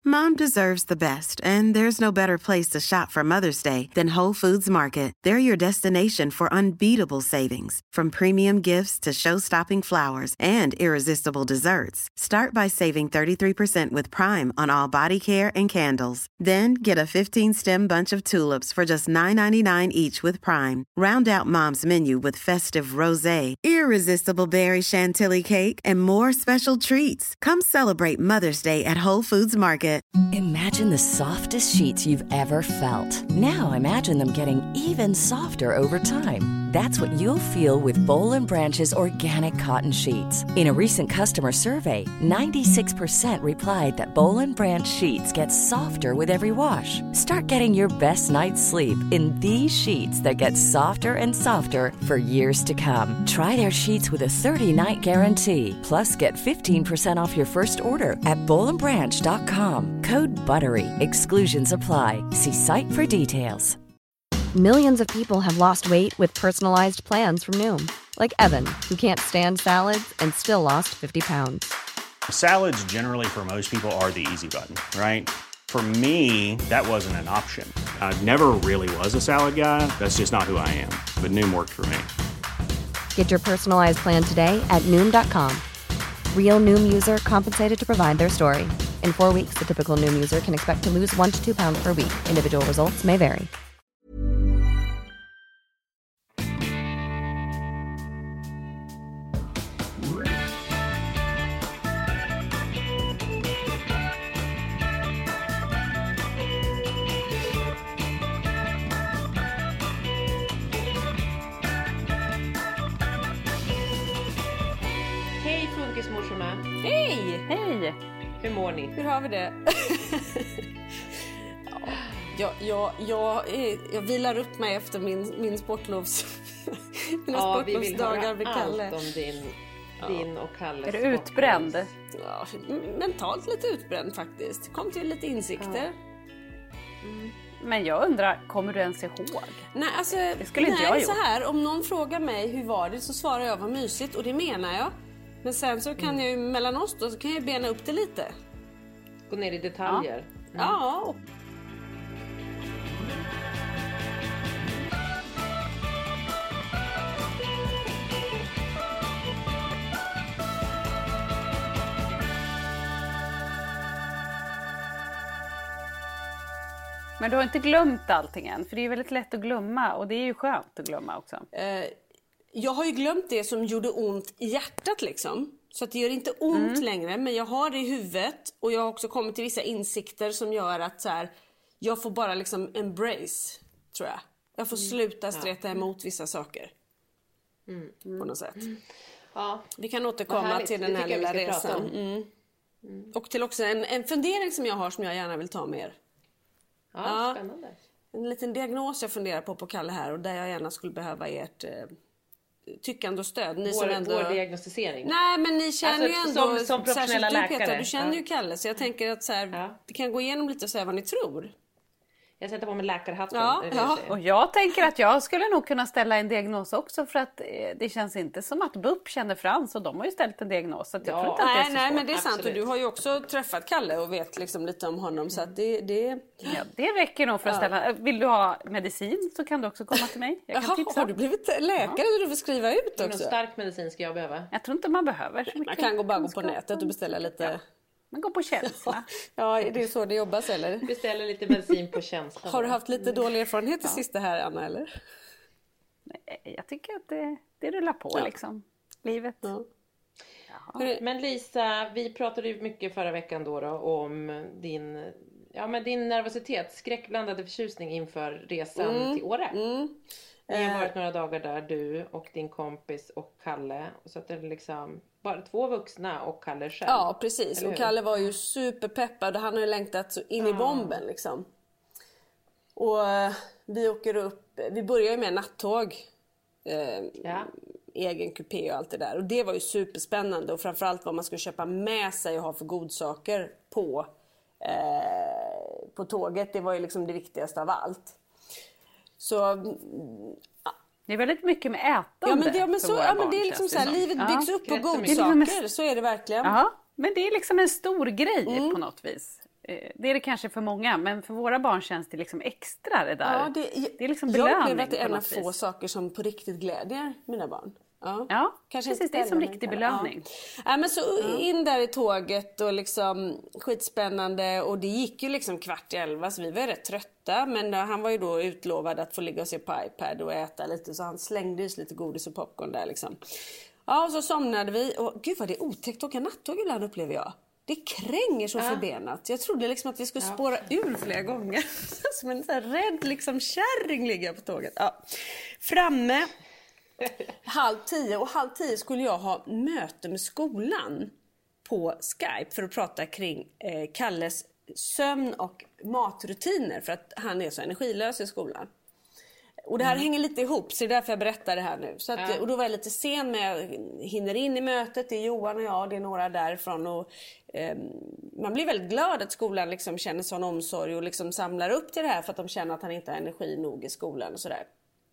Mom deserves the best, and there's no better place to shop for Mother's Day than Whole Foods Market. They're your destination for unbeatable savings, from premium gifts to show-stopping flowers and irresistible desserts. Start by saving 33% with Prime on all body care and candles. Then get a 15-stem bunch of tulips for just $9.99 each with Prime. Round out Mom's menu with festive rosé, irresistible berry chantilly cake, and more special treats. Come celebrate Mother's Day at Whole Foods Market. Imagine the softest sheets you've ever felt. Now imagine them getting even softer over time. That's what you'll feel with Boll & Branch's organic cotton sheets. In a recent customer survey, 96% replied that Boll & Branch sheets get softer with every wash. Start getting your best night's sleep in these sheets that get softer and softer for years to come. Try their sheets with a 30-night guarantee. Plus, get 15% off your first order at bollandbranch.com. Code BUTTERY. Exclusions apply. See site for details. Millions of people have lost weight with personalized plans from Noom. Like Evan, who can't stand salads and still lost 50 pounds. Salads generally for most people are the easy button, right? For me, that wasn't an option. I never really was a salad guy. That's just not who I am. But Noom worked for me. Get your personalized plan today at Noom.com. Real Noom user compensated to provide their story. In 4 weeks, the typical Noom user can expect to lose 1 to 2 pounds per week. Individual results may vary. Hej funkismorsorna. Hej! Hej! Hur mår ni? Hur har vi det? Jag vilar upp mig efter min sportlovs... mina sportlovsdagar med Kalle. Allt om din och Kalles. Är du utbränd? Ja, mentalt lite utbränd faktiskt. Kom till lite insikter. Mm. Men jag undrar, kommer du ens ihåg? Nej, alltså, det skulle inte jag så här, om någon frågar mig hur var det så svarar jag var mysigt och det menar jag. Men sen så kan jag ju mellan oss då så kan jag bena upp det lite. Gå ner i detaljer. Ja. Men du har inte glömt allting än, för det är väldigt lätt att glömma och det är ju skönt att glömma också. Jag har ju glömt det som gjorde ont i hjärtat liksom. Så att det gör inte ont längre, men jag har det i huvudet och jag har också kommit till vissa insikter som gör att så här, jag får bara liksom embrace, tror jag. Jag får sluta streta emot vissa saker. På något sätt. Ja. Vi kan återkomma till den här lilla resan. Och till också en fundering som jag har som jag gärna vill ta med er. Ja, spännande. En liten diagnos jag funderar på Kalle här och där jag gärna skulle behöva ert tyckande och stöd. Ni som ändå... Vår diagnostisering. Nej, men ni känner ju ändå... Som professionella läkare. Peter, du känner ju Kalle, så jag tänker att så här, vi kan gå igenom lite och säga vad ni tror. Jag sätter på mig läkarhatten. Ja. Och jag tänker att jag skulle nog kunna ställa en diagnos också, för att det känns inte som att BUP känner Frans och de har ju ställt en diagnos. Så jag tror inte att det är så nej, svårt. men det är sant. Och du har ju också träffat Kalle och vet liksom lite om honom. Så att det... Ja, det räcker nog för att ställa. Vill du ha medicin så kan du också komma till mig. Jag kan tipsa. Har du blivit läkare så du får skriva ut också? Någon stark medicin ska jag behöva. Jag tror inte man behöver så mycket. Man kan gå på nätet och beställa lite... Ja. Man går på känsla. Ja, det är så det jobbas, eller? Beställer lite medicin på känsla. Har du haft lite dålig erfarenhet det sista här, Anna, eller? Nej, jag tycker att det rullar på liksom. Livet. Ja. Men Lisa, vi pratade ju mycket förra veckan då om din nervositet, skräckblandade förtjusning inför resan till Åre. Ni har varit några dagar där, du och din kompis och Kalle. Så att det är liksom bara 2 vuxna och Kalle själv. Ja, precis. Och Kalle var ju superpeppad och han har ju längtat så in i bomben liksom. Och vi åker upp, vi börjar ju med nattåg. Egen kupé och allt det där. Och det var ju superspännande. Och framförallt vad man skulle köpa med sig och ha för godsaker på tåget. Det var ju liksom det viktigaste av allt. Så... Det är väldigt mycket med ätande. Ja, men det är liksom så här, livet byggs upp på godsaker. Så är det verkligen. Ja, men det är liksom en stor grej på något vis. det är det kanske för många, men för våra barn känns det liksom extra det där. Ja, det är liksom jag belöning. upplever att det är en av på något få vis. saker som på riktigt glädjer mina barn. Ja, kanske precis, inte det är som ställer riktig mig. belöning. Ja, men så in där i tåget och liksom skitspännande, och det gick ju liksom 10:15, så vi var rätt trötta, men han var ju då utlovad att få ligga och se på iPad och äta lite, så han slängde ju lite godis och popcorn där liksom. Ja, och så somnade vi, och gud vad det är otäckt att åka nattåg ibland, upplever jag. Det kränger så förbenat. Jag trodde liksom att vi skulle spåra ur flera gånger. Som en sån här rädd liksom kärring ligger jag på tåget. Ja. Framme 9:30, och 9:30 skulle jag ha möte med skolan på Skype för att prata kring Kalles sömn och matrutiner, för att han är så energilös i skolan. Och det här hänger lite ihop, så det är därför jag berättar det här nu. Så att, och då var jag lite sen, men jag hinner in i mötet. Det är Johan och jag, det är några därifrån. Och, man blir väldigt glad att skolan liksom känner sån omsorg och liksom samlar upp till det här, för att de känner att han inte har energi nog i skolan och sådär.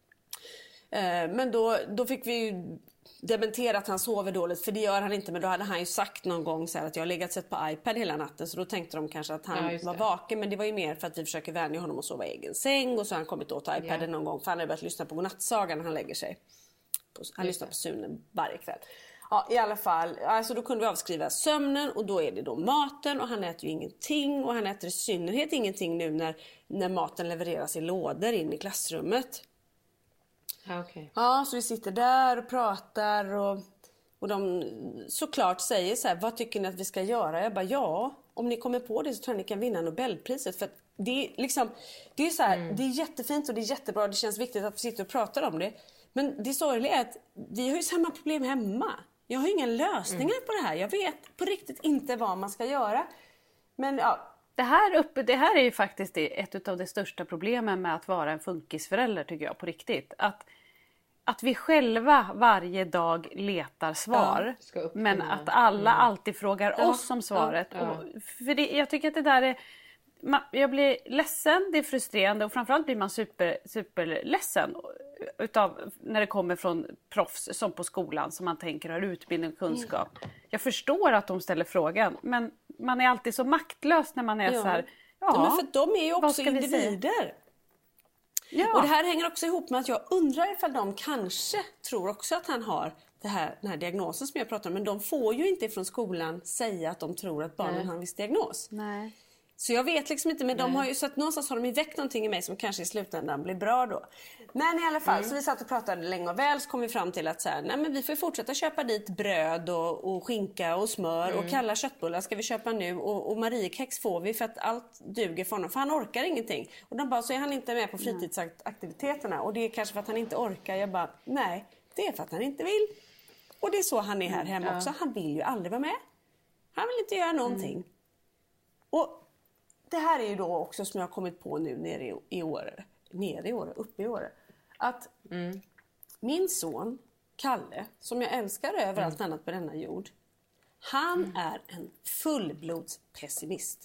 Men då fick vi ju dementera att han sover dåligt, för det gör han inte. Men då hade han ju sagt någon gång så här att jag har legat sett på iPad hela natten, så då tänkte de kanske att han var vaken. Men det var ju mer för att vi försöker vänja honom att sova i egen säng, och så har han kommit åt iPaden någon gång, för han har börjat lyssna på godnattsagan när han lägger sig. Han lyssnar på Sunen varje kväll. Ja, i alla fall, alltså då kunde vi avskriva sömnen, och då är det då maten, och han äter ju ingenting, och han äter i synnerhet ingenting nu när maten levereras i lådor in i klassrummet. Okay. Ja, så vi sitter där och pratar, och de såklart säger så här: vad tycker ni att vi ska göra? Jag bara, ja, om ni kommer på det så tror jag ni kan vinna Nobelpriset. För att det är liksom, det är så här, det är jättefint och det är jättebra, det känns viktigt att vi sitter och pratar om det. Men det sorgliga är att vi har ju samma problem hemma. Jag har inga lösningar på det här. Jag vet på riktigt inte vad man ska göra. Men ja. Det här är ju faktiskt ett av de största problemen med att vara en funkisförälder, tycker jag, på riktigt. Att vi själva varje dag letar svar, men att alla alltid frågar oss om svaret. För jag tycker att det där är... Jag blir ledsen, det är frustrerande, och framförallt blir man superledsen utav när det kommer från proffs som på skolan, som man tänker har utbildning och kunskap. Jag förstår att de ställer frågan, men man är alltid så maktlös när man är så här. Men för de är ju också individer. Ja. Och det här hänger också ihop med att jag undrar ifall de kanske tror också att han har den här diagnosen som jag pratar om, men de får ju inte från skolan säga att de tror att barnen har en viss diagnos. Nej. Så jag vet liksom inte, men de har ju, så att någonstans har de ju väckt någonting i mig som kanske i slutändan blir bra då. Men i alla fall, så vi satt och pratade länge och väl, så kom vi fram till att så här, nej men vi får fortsätta köpa dit bröd och skinka och smör och kalla köttbullar ska vi köpa nu, och Mariekex får vi för att allt duger för honom, för han orkar ingenting. Och de bara, så är han inte med på fritidsaktiviteterna, och det är kanske för att han inte orkar. Jag bara, nej, det är för att han inte vill. Och det är så han är här hemma också, han vill ju aldrig vara med. Han vill inte göra någonting. Och det här är ju då också som jag har kommit på nu uppe i Åre. Att min son, Kalle, som jag älskar över allt annat på denna jord. Han är en fullblodspessimist.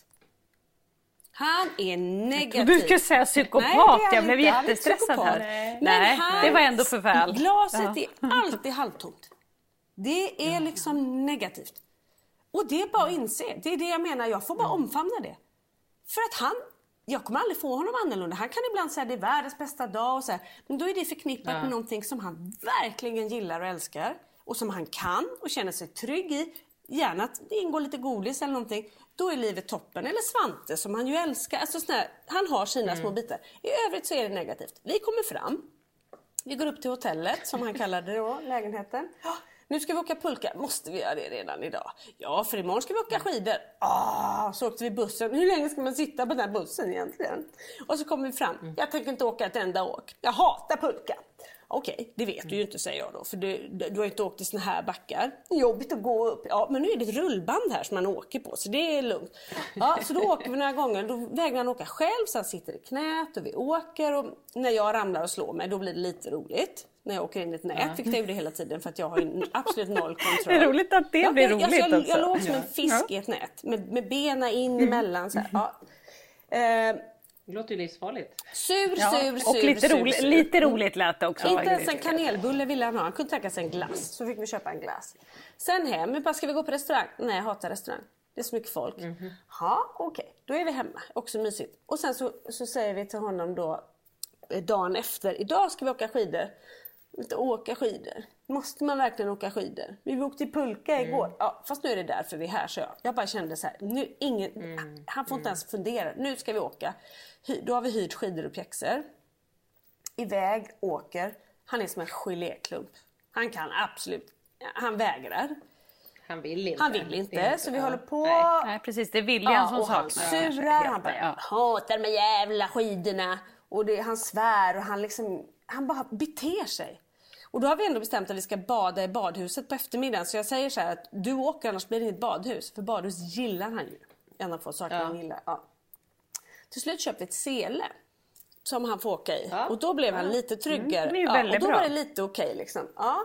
Han är negativ. Du brukar säga psykopat, nej, jag blev jättestressad här. Nej, det var ändå för väl. Glaset är alltid halvtomt. Det är liksom negativt. Och det är bara att inse. Det är det jag menar, jag får bara omfamna det. För att jag kommer aldrig få honom annorlunda. Han kan ibland säga att det är världens bästa dag och så här. Men då är det förknippat med någonting som han verkligen gillar och älskar. Och som han kan och känner sig trygg i. Gärna att det ingår lite godis eller någonting. Då är livet toppen. Eller Svante som han ju älskar. Alltså han har sina små bitar. I övrigt så är det negativt. Vi kommer fram. Vi går upp till hotellet som han kallade det då, lägenheten. Nu ska vi åka pulka. Måste vi göra det redan idag? Ja, för imorgon ska vi åka skidor. Så åkte vi bussen. Hur länge ska man sitta på den här bussen egentligen? Och så kommer vi fram. Jag tänker inte åka ett enda åk. Jag hatar pulka. Okej, det vet du ju inte, säger jag då. För du har inte åkt i såna här backar. Jobbigt att gå upp. Ja, men nu är det ett rullband här som man åker på. Så det är lugnt. Ja, så då åker vi några gånger. Då vägrar han åka själv. Så han sitter i knät och vi åker. Och när jag ramlar och slår mig, då blir det lite roligt. När jag åker in i ett nät, vilket jag gjorde hela tiden för att jag har ju absolut noll kontroll. Det är roligt att det blir roligt också. Jag låg som en fisk i ett nät med benen in emellan. Så här. Det låter ju livsfarligt. Sur. Och lite roligt lät det också. Inte ens en kanelbulle ville han ha. Han kunde tänka sig en glass. Så fick vi köpa en glass. Sen hem. Men bara, ska vi gå på restaurang? Nej, jag hatar restaurang. Det är så mycket folk. Ja, okej. Då är vi hemma. Också mysigt. Och sen så säger vi till honom då dagen efter. Idag ska vi åka skidor. Inte åka skidor. Måste man verkligen åka skidor? Vi åkte i pulka igår. Ja, fast nu är det därför vi är här, så jag bara kände så här. Han får inte ens fundera. Nu ska vi åka. Då har vi hyrt skidor och pjäxor. Iväg, åker. Han är som en geléklump. Han kan absolut. Han vägrar. Han vill inte. Så vi håller på. Nej, precis. Det är viljan som saknas. Han surar. Han bara, hatar de jävla skidorna. Och han svär och han bara beter sig. Och då har vi ändå bestämt att vi ska bada i badhuset på eftermiddagen. Så jag säger så här att du åker, annars blir det inget badhus. För badhus gillar han ju. En av få saker han gillar. Ja. Till slut köpte vi ett sele som han får åka i. Och då blev han lite tryggare. Det är väldigt och då bra. var det lite okej liksom. Ja.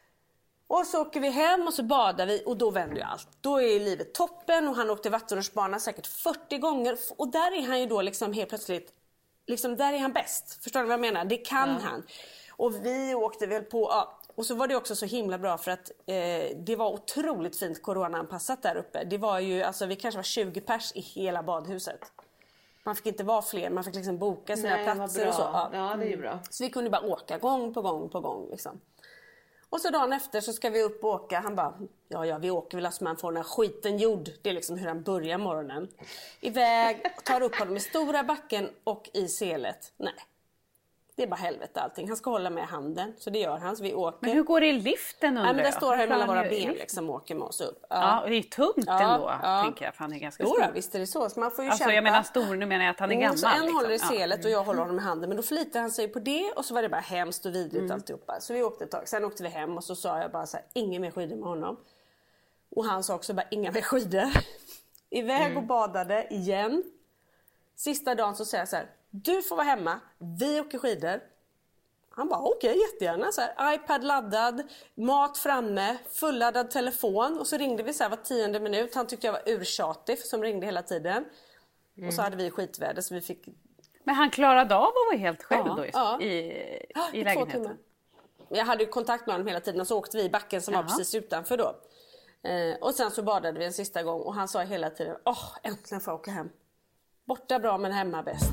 Och så åker vi hem och så badar vi och då vänder ju allt. Då är livet toppen och han åkte vattenrutschbana säkert 40 gånger. Och där är han ju då liksom helt plötsligt, liksom där är han bäst. Förstår du vad jag menar? Det kan han. Och vi åkte väl på, och så var det också så himla bra för att det var otroligt fint coronaanpassat där uppe. Det var ju, alltså vi kanske var 20 pers i hela badhuset. Man fick inte vara fler, man fick liksom boka sina platser och så. Ja, det är ju bra. Så vi kunde bara åka gång på gång liksom. Och så dagen efter så ska vi upp och åka. Han bara, ja vi åker väl, alltså man får den här skiten gjord. Det är liksom hur han börjar morgonen. Iväg, tar upp honom i stora backen och i selet. Nej. Det är bara helvete allting. Han ska hålla med handen. Så det gör han. Så vi åker. Men hur går det i liften undrar jag? Men det står här mellan våra ben liksom. liksom. Åker med oss upp. Ja, och det är tungt ändå. Tänker jag. För han är ganska stor. Visst är det så. Så man får ju alltså kämpa. jag menar stor. Nu menar jag att han är gammal. Så en liksom. håller i selet och jag håller honom i handen. Men då förlitar han sig på det. Och så var det bara hemskt och vidrigt alltihopa. Så vi åkte ett tag. Sen åkte vi hem och så sa jag bara så här. Ingen mer skidor med honom. Och han sa också bara inga mer skidor. Iväg och badade igen. Sista dagen så säger jag så här. Du får vara hemma. Vi åker skidor. Han bara okej, jättegärna. Så här, iPad laddad, mat framme, fulladdad telefon. Och så ringde vi så här var 10:e minut. Han tyckte jag var urtjatig som ringde hela tiden. Och så hade vi skitväder så vi fick... Men han klarade av att vara helt själv då i lägenheten? Jag hade ju kontakt med honom hela tiden och så åkte vi i backen som var precis utanför då. Och sen så badade vi en sista gång och han sa hela tiden äntligen får jag åka hem. Borta bra men hemma bäst.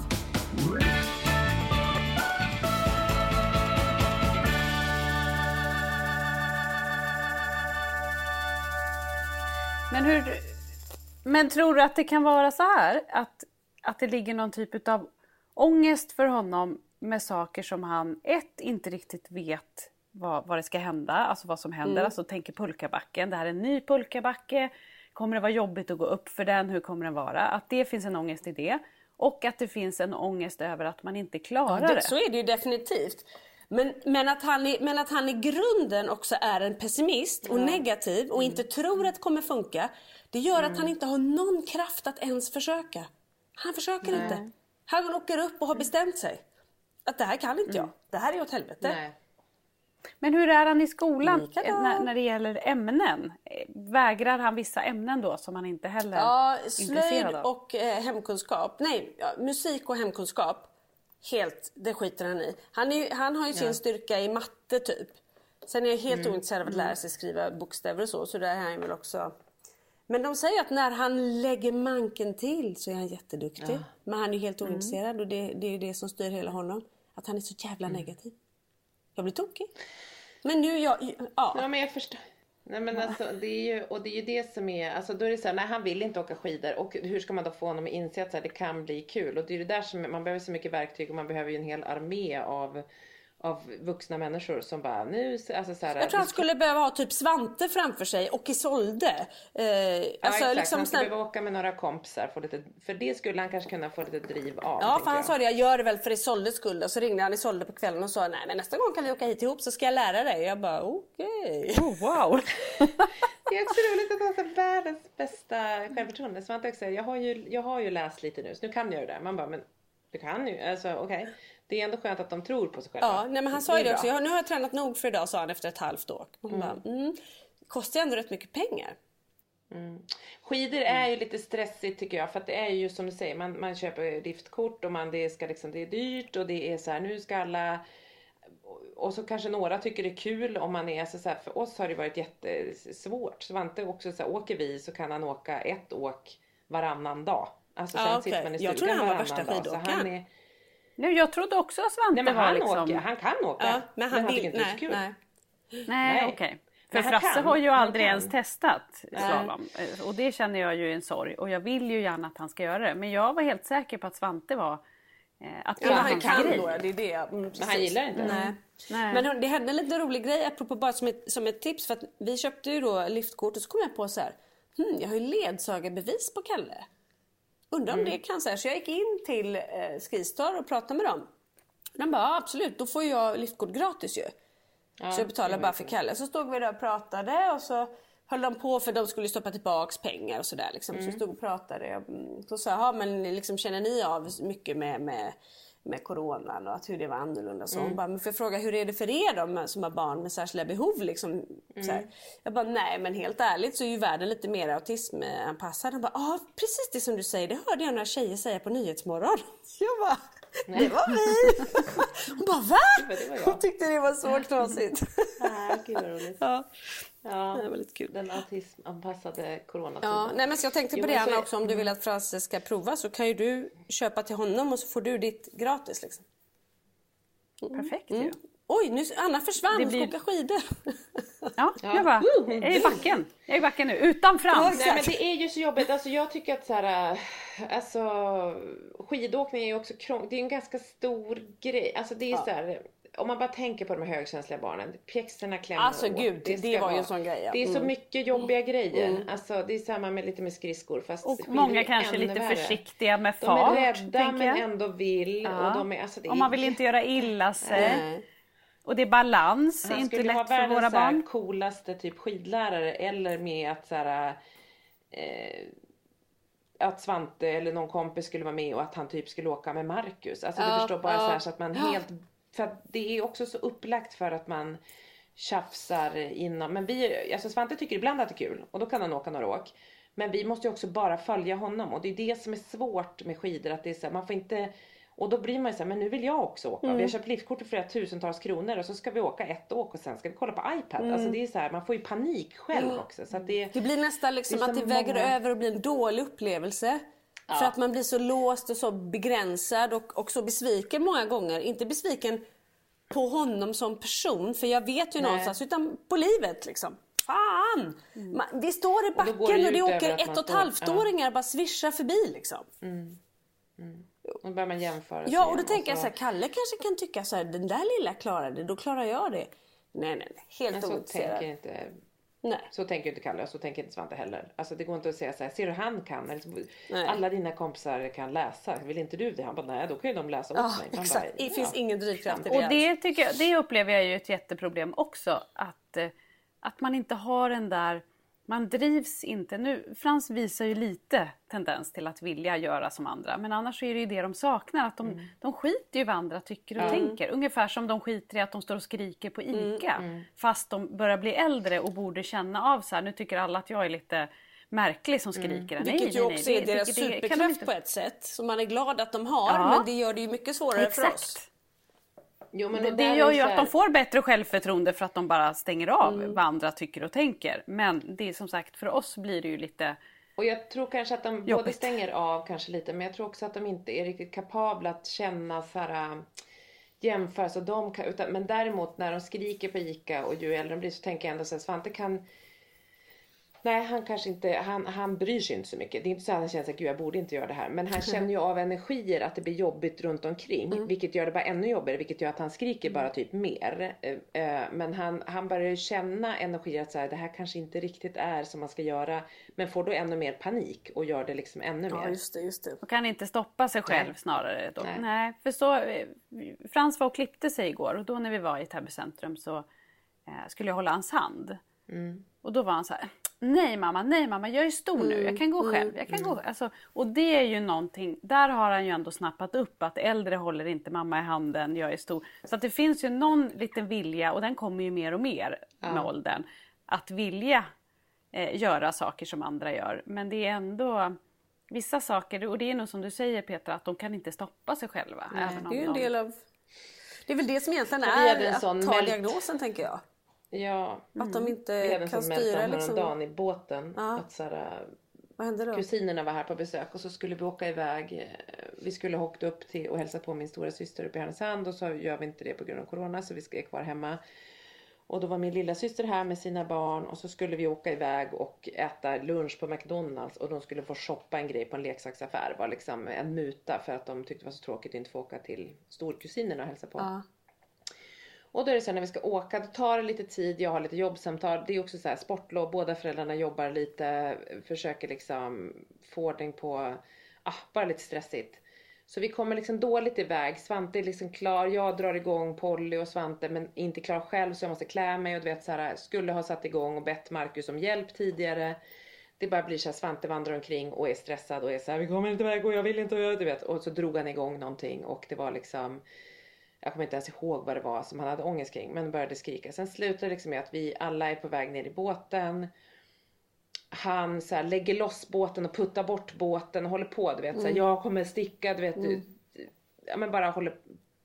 Men tror du att det kan vara så här att det ligger någon typ av ångest för honom med saker som han inte riktigt vet vad det ska hända, alltså vad som händer, alltså tänker pulkabacken, det här är en ny pulkabacke, kommer det vara jobbigt att gå upp för den, hur kommer den vara, att det finns en ångest i det och att det finns en ångest över att man inte klarar det. Så är det ju definitivt. Men att han i grunden också är en pessimist och negativ och inte tror att det kommer funka. Det gör att han inte har någon kraft att ens försöka. Han försöker inte. Han åker upp och har bestämt sig. Att det här kan inte jag. Det här är åt helvete. Nej. Men hur är han i skolan när det gäller ämnen? Vägrar han vissa ämnen då som han inte heller är intresserad av? Slöjd och hemkunskap. Nej, musik och hemkunskap. Helt, det skiter han i. Han har ju sin styrka i matte typ. Sen är jag helt ointresserad av att lära sig skriva bokstäver och så där är han väl också. Men de säger att när han lägger manken till så är han jätteduktig. Men han är helt ointresserad och det är ju det som styr hela honom. Att han är så jävla negativ. Jag blir tokig. Men nu Ja, men jag förstår. Nej, men alltså, det är ju det som är, alltså då är det så här, nej, han vill inte åka skidor och hur ska man då få honom att inse att så här, det kan bli kul, och det är det där som man behöver så mycket verktyg och man behöver ju en hel armé av vuxna människor som bara nu, alltså så här, jag tror han skulle behöva ha typ Svante framför sig och Isolde. Alltså, exakt, liksom, han skulle behöva åka med några kompisar för det skulle han kanske kunna få lite driv av. Ja, för han sa det, jag gör det väl för Isoldes skull. Och så ringde han Isolde på kvällen och sa, nej men nästa gång kan vi åka hit ihop så ska jag lära dig. Jag bara, okej. Oh, wow. Det är också roligt att han har världens bästa självförtroende. Svante också, jag har ju läst lite nu så nu kan jag ju det. Man bara, men du kan ju, alltså okej. Det är ändå skönt att de tror på sig själva. Ja, nej, men han sa ju det också. Nu har jag tränat nog för idag, sa han efter ett halvt år. Det kostar ändå rätt mycket pengar. Skidor är ju lite stressigt tycker jag. För att det är ju som du säger, man köper liftkort och det är dyrt. Och det är så här, nu ska alla och så kanske några tycker det är kul om man är så här, för oss har det varit jättesvårt. Svante också så här, åker vi så kan han åka ett åk varannan dag. Alltså sen sitter man i stugan. Jag trodde han var värsta skidåkaren. Nej, jag trodde också att Svante var liksom... Han kan åka. Men han tycker inte det är så kul. Nej, okej. För Frasse har ju aldrig ens testat slalom. Och det känner jag ju en sorg. Och jag vill ju gärna att han ska göra det. Men jag var helt säker på att Svante var... Att det var han kan grej. Då, det är det. Men han gillar inte. Nej. Men det hände en lite rolig grej, apropå bara som ett tips. För att vi köpte ju då liftkort och så kom jag på så här. Jag har ju ledsagarbevis på Kalle. Undrar om det kan så här. Så jag gick in till Skistar och pratade med dem. De bara, absolut, då får jag liftkort gratis ju. Ja, så jag betalade bara för Kalle. Så stod vi där och pratade och så höll de på för de skulle stoppa tillbaks pengar och sådär liksom. Så stod och pratade. Så sa jag, men liksom, känner ni av mycket med coronan och att hur det var annorlunda? Så hon bara, men får jag fråga, hur är det för er då som har barn med särskilda behov liksom? Så här. Jag bara, nej men helt ärligt så är ju världen lite mer autismanpassad. Hon bara, precis det som du säger, det hörde jag några tjejer säga på Nyhetsmorgon. Jag bara, det var vi. Hon bara, va? Hon tyckte det var så knasigt. Gud vad roligt. Ja, det var lite kul. Den autismanpassade coronatiden. Ja, nej men så jag tänkte på det Anna också, om du vill att Frasse ska prova så kan ju du köpa till honom och så får du ditt gratis liksom. Perfekt ju. Oj, nu Anna försvann och ska åka skidor. Ja, jag bara, jag är i backen nu, utan Frans. Nej men det är ju så jobbigt, alltså jag tycker att så här, alltså skidåkning är ju också det är en ganska stor grej, alltså det är så här, om man bara tänker på de här högkänsliga barnen, pjäxorna klämmer alltså åt. Gud, det var ju en sån grej. Det är så mycket jobbiga grejer. Alltså det är samma med lite med skridskor, fast och många kanske lite värre. Försiktiga med fart. De är rädda men ändå vill och de är, alltså det är... Och man vill inte göra illa sig. Och det är balans, inte lätt för våra barn. Han coolaste typ skidlärare, eller med att så här, att Svante eller någon kompis skulle vara med och att han typ skulle åka med Marcus. Alltså du förstår bara så här, så att man helt, för att det är också så upplagt för att man tjafsar inom, men alltså Svante tycker ibland att det är kul och då kan han åka några åk. Men vi måste ju också bara följa honom, och det är det som är svårt med skidor, att det är så här, man får inte. Och då blir man ju så här, men nu vill jag också åka. Vi har köpt liftkort för flera tusentals kronor och så ska vi åka ett åk och sen ska vi kolla på iPad. Alltså det är så här, man får ju panik själv också. Så att det blir nästan liksom att det väger över och blir en dålig upplevelse. För att man blir så låst och så begränsad och så besviken många gånger. Inte besviken på honom som person, för jag vet ju någonstans, utan på livet liksom. Fan! Vi står i backen och det åker 1,5-åringar bara svischar förbi liksom. Då börjar man jämföra. Ja, och då tänker jag så här, Kalle kanske kan tycka så här, den där lilla klarar det, då klarar jag det. Nej, helt ointresserad. Så tänker inte Kalle, och så tänker inte Svante heller. Alltså det går inte att säga så här, ser du han kan? Eller, alla dina kompisar kan läsa, vill inte du det? Han bara, nej, då kan ju de läsa åt mig. Exakt. Det finns ingen drivkraft i det. Och det tycker jag, det upplever jag ju ett jätteproblem också, att man inte har den där. Man drivs inte. Nu, Frans visar ju lite tendens till att vilja göra som andra. Men annars är det ju det de saknar. Att de skiter ju vad andra tycker och tänker. Ungefär som de skiter i att de står och skriker på ICA. Fast de börjar bli äldre och borde känna av så här. Nu tycker alla att jag är lite märklig som skriker. Vilket ju också är deras superkraft på ett sätt. Som man är glad att de har. Men det gör det ju mycket svårare för oss. Jo, men det gör ju att de får bättre självförtroende för att de bara stänger av vad andra tycker och tänker. Men det är som sagt, för oss blir det ju lite. Och jag tror kanske att de både stänger av kanske lite, men jag tror också att de inte är riktigt kapabla att känna så här jämförelse. Men däremot när de skriker på ICA och ju äldre de blir, så tänker jag ändå så här, Svante kan. Nej, han kanske inte, han bryr sig inte så mycket. Det är inte så att han känner att jag borde inte göra det här. Men han känner ju av energier att det blir jobbigt runt omkring. Vilket gör det bara ännu jobbigare. Vilket gör att han skriker bara typ mer. Men han börjar känna energier att så här, det här kanske inte riktigt är som man ska göra. Men får då ännu mer panik och gör det liksom ännu mer. Ja, just det. Och kan inte stoppa sig själv snarare då. Nej, för så, Frans var och klippte sig igår. Och då när vi var i Täby centrum så skulle jag hålla hans hand. Och då var han så här. Nej mamma, jag är stor nu, jag kan gå själv. Alltså, och det är ju någonting, där har han ju ändå snappat upp att äldre håller inte mamma i handen, jag är stor. Så att det finns ju någon liten vilja, och den kommer ju mer och mer med åldern, att vilja göra saker som andra gör. Men det är ändå vissa saker, och det är nog som du säger Petra, att de kan inte stoppa sig själva. Nej, även om det är ju en del av. Det är väl det som egentligen är att ta diagnosen, tänker jag. Ja. Att de inte kan styra liksom. Dagen i båten. Ja. Att såhär, vad hände då? Kusinerna var här på besök och så skulle vi åka iväg. Vi skulle ha åkt upp till och hälsat på min stora syster uppe i Härnösand. Och så gör vi inte det på grund av corona, så vi ska kvar hemma. Och då var min lilla syster här med sina barn. Och så skulle vi åka iväg och äta lunch på McDonalds. Och de skulle få shoppa en grej på en leksaksaffär. Det var liksom en muta för att de tyckte det var så tråkigt att inte få åka till storkusinerna och hälsa på. Ja. Och då är det så här, när vi ska åka, då tar det lite tid. Jag har lite jobbsamtal. Det är också så här sportlov. Båda föräldrarna jobbar lite. Försöker liksom få ordning på, bara lite stressigt. Så vi kommer liksom dåligt iväg. Svante är liksom klar. Jag drar igång Polly och Svante, men inte klar själv, så jag måste klä mig. Och du vet så här, skulle ha satt igång och bett Marcus om hjälp tidigare. Det bara blir så här, Svante vandrar omkring och är stressad och är så här, vi kommer inte iväg och jag vill inte, och du vet. Och så drog han igång någonting och det var liksom, jag kommer inte ens ihåg vad det var som han hade ångest kring, men började skrika. Sen slutade det liksom med att vi alla är på väg ner i båten. Han så här, lägger loss båten och puttar bort båten och håller på, du vet. Så här, jag kommer sticka, du vet. Ja, men bara håller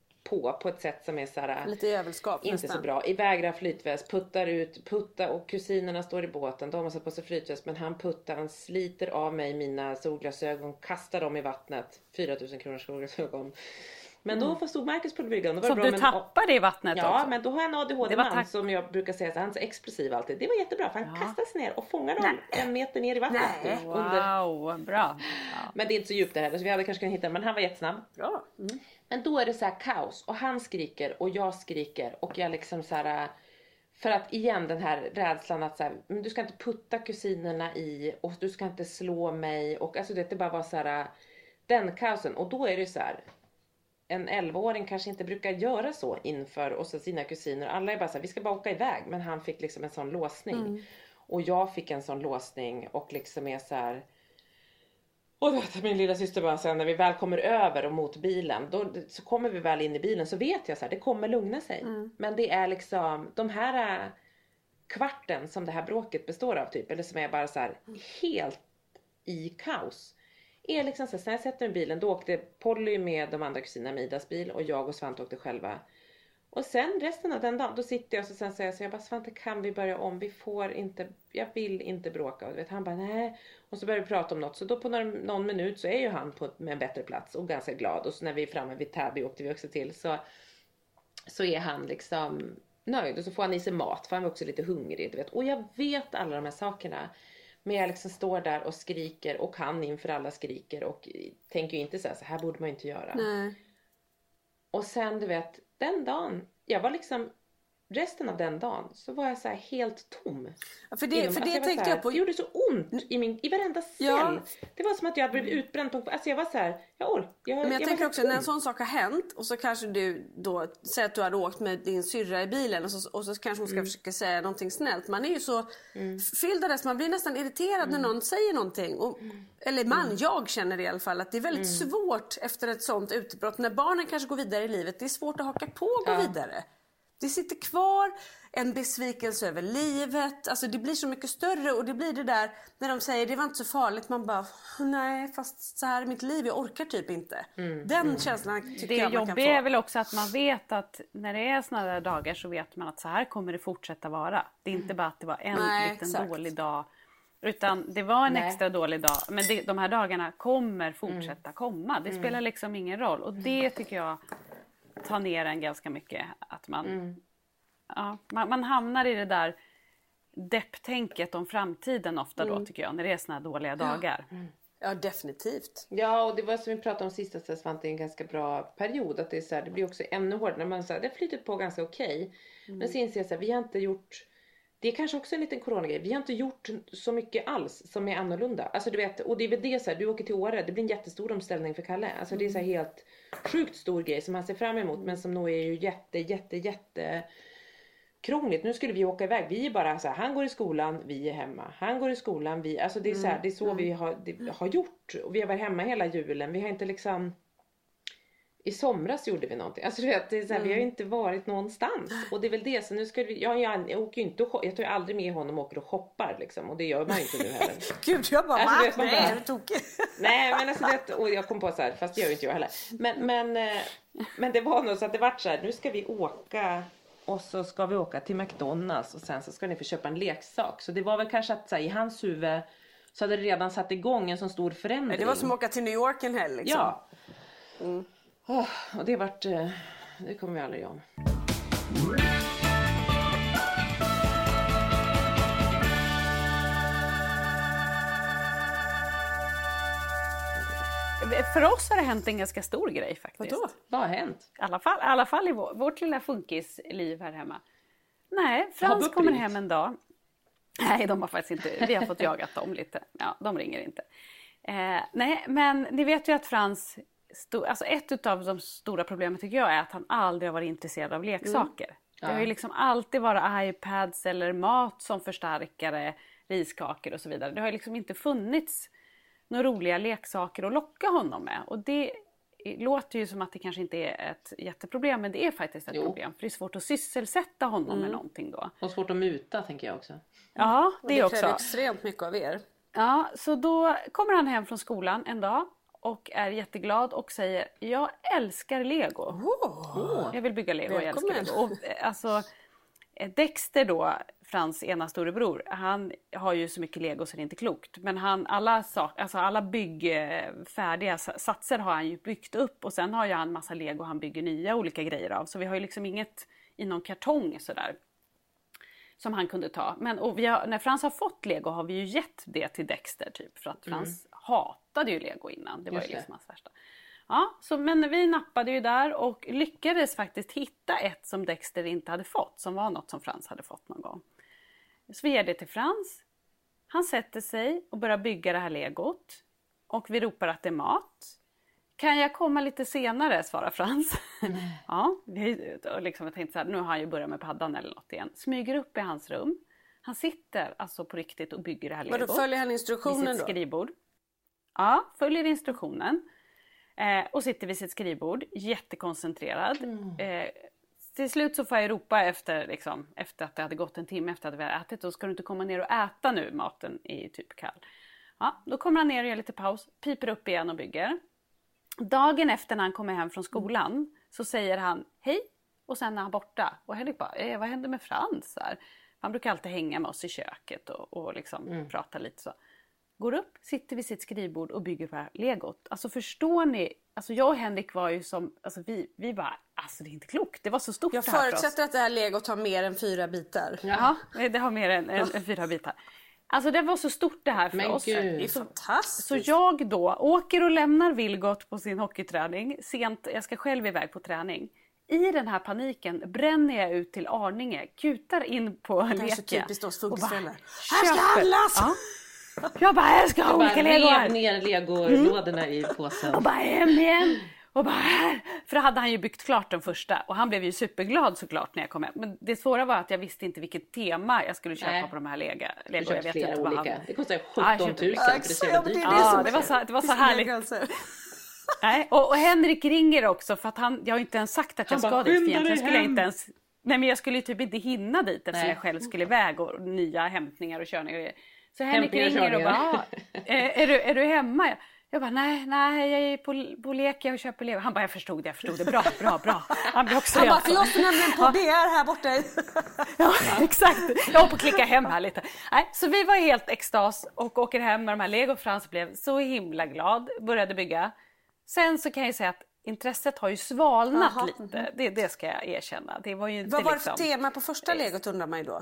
på ett sätt som är så här, lite överskap inte nästan. så bra. Ivägrar flytväst, puttar och kusinerna står i båten. De har satt på sig flytväst, men han sliter av mig mina solglasögon, kastar dem i vattnet. 4000 kronors solglasögon. Men då stod Marcus på bryggan. Så du tappade i vattnet också? Ja, men då har jag en ADHD-man som jag brukar säga, så han är så explosiv alltid. Det var jättebra, för han kastas ner och fångar dem 1 meter ner i vattnet. Wow, bra. Ja. Men det är inte så djupt det här, så vi hade kanske kunnat hitta, men han var jättesnabb. Bra. Men då är det så här kaos, och han skriker och jag skriker och jag liksom så här, för att igen den här rädslan att så här, men du ska inte putta kusinerna i och du ska inte slå mig, och alltså det bara var så här, den kaosen. Och då är det så här, en 11-åring kanske inte brukar göra så inför oss och sina kusiner. Alla är bara så här, vi ska bara åka iväg, men han fick liksom en sån låsning. Och jag fick en sån låsning och liksom är så här. Och vet, min lilla syster bara sen när vi väl kommer över och mot bilen, då så kommer vi väl in i bilen, så vet jag så här, det kommer lugna sig. Men det är liksom de här kvarten som det här bråket består av typ, eller som är bara så här helt i kaos. Är liksom så här, sen jag sätter mig i bilen, då åkte Polly med de andra kusinerna med Idas bil och jag och Svante åkte själva. Och sen resten av den dagen, då sitter jag och sen säger jag bara, Svante, kan vi börja om? Vi får inte, jag vill inte bråka. Och vet, han bara, nej. Och så börjar vi prata om något. Så då på någon minut så är ju han med en bättre plats och ganska glad. Och så när vi är framme vid Täby åkte vi också till, så är han liksom nöjd. Och så får han i sig mat, för han är också lite hungrig. Du vet. Och jag vet alla de här sakerna. Men jag liksom står där och skriker, och han inför alla skriker och tänker ju inte så här borde man inte göra. Nej. Och sen du vet, den dagen, jag var liksom, resten av den dagen så var jag så här helt tom. Ja, för det tänkte jag på. Det gjorde så ont i varenda cell. Ja. Det var som att jag hade blivit utbränd på, alltså jag var så här, men jag tänker också, när en sån sak har hänt och så kanske du då säger att du hade åkt med din syrra i bilen och så kanske hon ska försöka säga någonting snällt. Man är ju så fylld av det, så man blir nästan irriterad när någon säger någonting. Jag känner det i alla fall, att det är väldigt svårt efter ett sånt utbrott. När barnen kanske går vidare i livet, det är svårt att haka på och gå vidare. Det sitter kvar en besvikelse över livet. Alltså det blir så mycket större, och det blir det där när de säger det var inte så farligt. Man bara, nej, fast så här är mitt liv, jag orkar typ inte. Den känslan tycker jag man kan få. Det jobbiga är väl också att man vet att när det är såna där dagar så vet man att så här kommer det fortsätta vara. Det är inte bara att det var en liten dålig dag. Utan det var en extra dålig dag. Men de här dagarna kommer fortsätta komma. Det spelar liksom ingen roll. Och det tycker jag tar ner en ganska mycket. Att man hamnar i det där depptänket om framtiden ofta då, tycker jag. När det är såna här dåliga dagar. Ja, definitivt. Ja, och det var som vi pratade om sist, att Svante är en ganska bra period. Att det är så här, det blir också ännu hårdare. Man så här, det har flyttat på ganska okej. Men så inser jag så här, vi har inte gjort... Det är kanske också en liten coronagrej. Vi har inte gjort så mycket alls som är annorlunda. Alltså du vet, och det är väl det så här, du åker till Åre, det blir en jättestor omställning för Kalle. Alltså det är så här helt sjukt stor grej som han ser fram emot, men som nog är ju jätte krångligt. Nu skulle vi åka iväg, vi är bara så här, han går i skolan, vi är hemma. Han går i skolan, vi, alltså det är så här, det är så vi har gjort. Och vi har varit hemma hela julen. Vi har inte liksom, I somras gjorde vi någonting. Alltså du vet, det är så här, vi har ju inte varit någonstans. Och det är väl det, så nu ska vi, jag åker ju inte jag tar ju aldrig med honom och åker och shoppar liksom. Och det gör man ju inte nu heller. Gud, jag bara, alltså, nej, är du tokig? Nej, men alltså det, och jag kom på så här, fast det gör ju inte jag heller. Men det var nog så att det var så här, nu ska vi åka och så ska vi åka till McDonalds och sen så ska ni få köpa en leksak. Så det var väl kanske att så här, i hans huvud så hade det redan satt igång en sån stor förändring. Det var som att åka till New York en helg liksom. Ja. Och det vart, det kommer vi aldrig om. För oss har det hänt en ganska stor grej faktiskt. Vadå? Vad har hänt? I alla fall i vårt lilla funkisliv här hemma. Nej, Frans kommer hem en dag. Nej, de har faktiskt inte, vi har fått jagat dem lite. Ja, de ringer inte. Nej, men ni vet ju att Frans, alltså ett av de stora problemen tycker jag är att han aldrig har varit intresserad av leksaker. Det har ju liksom alltid varit iPads eller mat som förstärkare, riskakor och så vidare. Det har ju liksom inte funnits några roliga leksaker att locka honom med. Och det låter ju som att det kanske inte är ett jätteproblem, men det är faktiskt ett problem. För det är svårt att sysselsätta honom med någonting då. Och svårt att muta, tänker jag också. Ja, det är också. Det kräver extremt mycket av er. Ja, så då kommer han hem från skolan en dag och är jätteglad och säger: jag älskar Lego. Jag vill bygga Lego, Välkommen. jag älskar Lego. Och, alltså, Dexter då, Frans ena storebror, han har ju så mycket Lego så det är inte klokt. Men alla byggfärdiga satser har han ju byggt upp. Och sen har ju han massa Lego han bygger nya olika grejer av. Så vi har ju liksom inget i någon kartong sådär som han kunde ta. Men när Frans har fått Lego har vi ju gett det till Dexter typ. För att Frans hatade ju Lego innan. Det var ju liksom hans värsta. Ja, men vi nappade ju där och lyckades faktiskt hitta ett som Dexter inte hade fått. Som var något som Frans hade fått någon gång. Så vi ger det till Frans. Han sätter sig och börjar bygga det här Legot. Och vi ropar att det är mat. Kan jag komma lite senare, svarar Frans. Ja, liksom, jag tänkte så här, nu har han ju börjat med paddan eller något igen. Smyger upp i hans rum. Han sitter alltså på riktigt och bygger det här Legot. Men då följer han instruktionen vid sitt skrivbord. Ja, följer instruktionen. Och sitter vid sitt skrivbord, jättekoncentrerad. Till slut så får jag ropa efter att det hade gått en timme efter att vi hade ätit. Då ska du inte komma ner och äta nu, maten är typ kall. Ja, då kommer han ner och gör lite paus, piper upp igen och bygger. Dagen efter när han kommer hem från skolan så säger han hej och sen är han borta. Och Henrik bara, vad händer med Frans här? Han brukar alltid hänga med oss i köket och liksom prata lite så. Går upp, sitter vid sitt skrivbord och bygger på det här Legot. Alltså förstår ni, alltså jag och Henrik var ju som, alltså vi bara, alltså det är inte klokt. Det var så stort jag det här för oss. Jag förutsätter att det här Legot har mer än 4 bitar. Ja, det har mer än 4 bitar. Alltså det var så stort det här för oss. Gud. Det är fantastiskt. Så jag då åker och lämnar Vilgot på sin hockeyträning. Sent, jag ska själv iväg på träning. I den här paniken bränner jag ut till Arninge. Kutar in på Leka. Det är så typiskt oss funkisföräldrar. Här ska handlas! Ja. Jag bara ska ha olika Lego här. Rev ner Lego-lådorna i påsen. Och bara hem igen. Och bara här. För då hade han ju byggt klart den första. Och han blev ju superglad såklart när jag kom hem. Men det svåra var att jag visste inte vilket tema jag skulle köpa på de här Lego. Jag vet inte vad han... Det kostar 17 000 för det ser dyrt. Ja, det var så härligt. Nej, och Henrik ringer också för att jag har inte ens sagt att jag ska dit. Egentligen skulle jag inte ens... Nej, men jag skulle typ inte hinna dit eftersom jag själv skulle iväg och nya hämtningar och körningar. Så Henrik ringer och bara, är du hemma? Jag bara, nej, jag är på Leka och köper Lego. Han bara, jag förstod det, bra. Han blir också han bara, för jag står nämligen på BR här borta. Ja, exakt. Jag håller på att klicka hem här lite. Nej, så vi var helt extas och åker hem med de här Lego. Frans blev så himla glad, började bygga. Sen så kan jag säga att intresset har ju svalnat lite. Det ska jag erkänna. Det var ju inte vad var det för tema på första Legot undrar man ju då?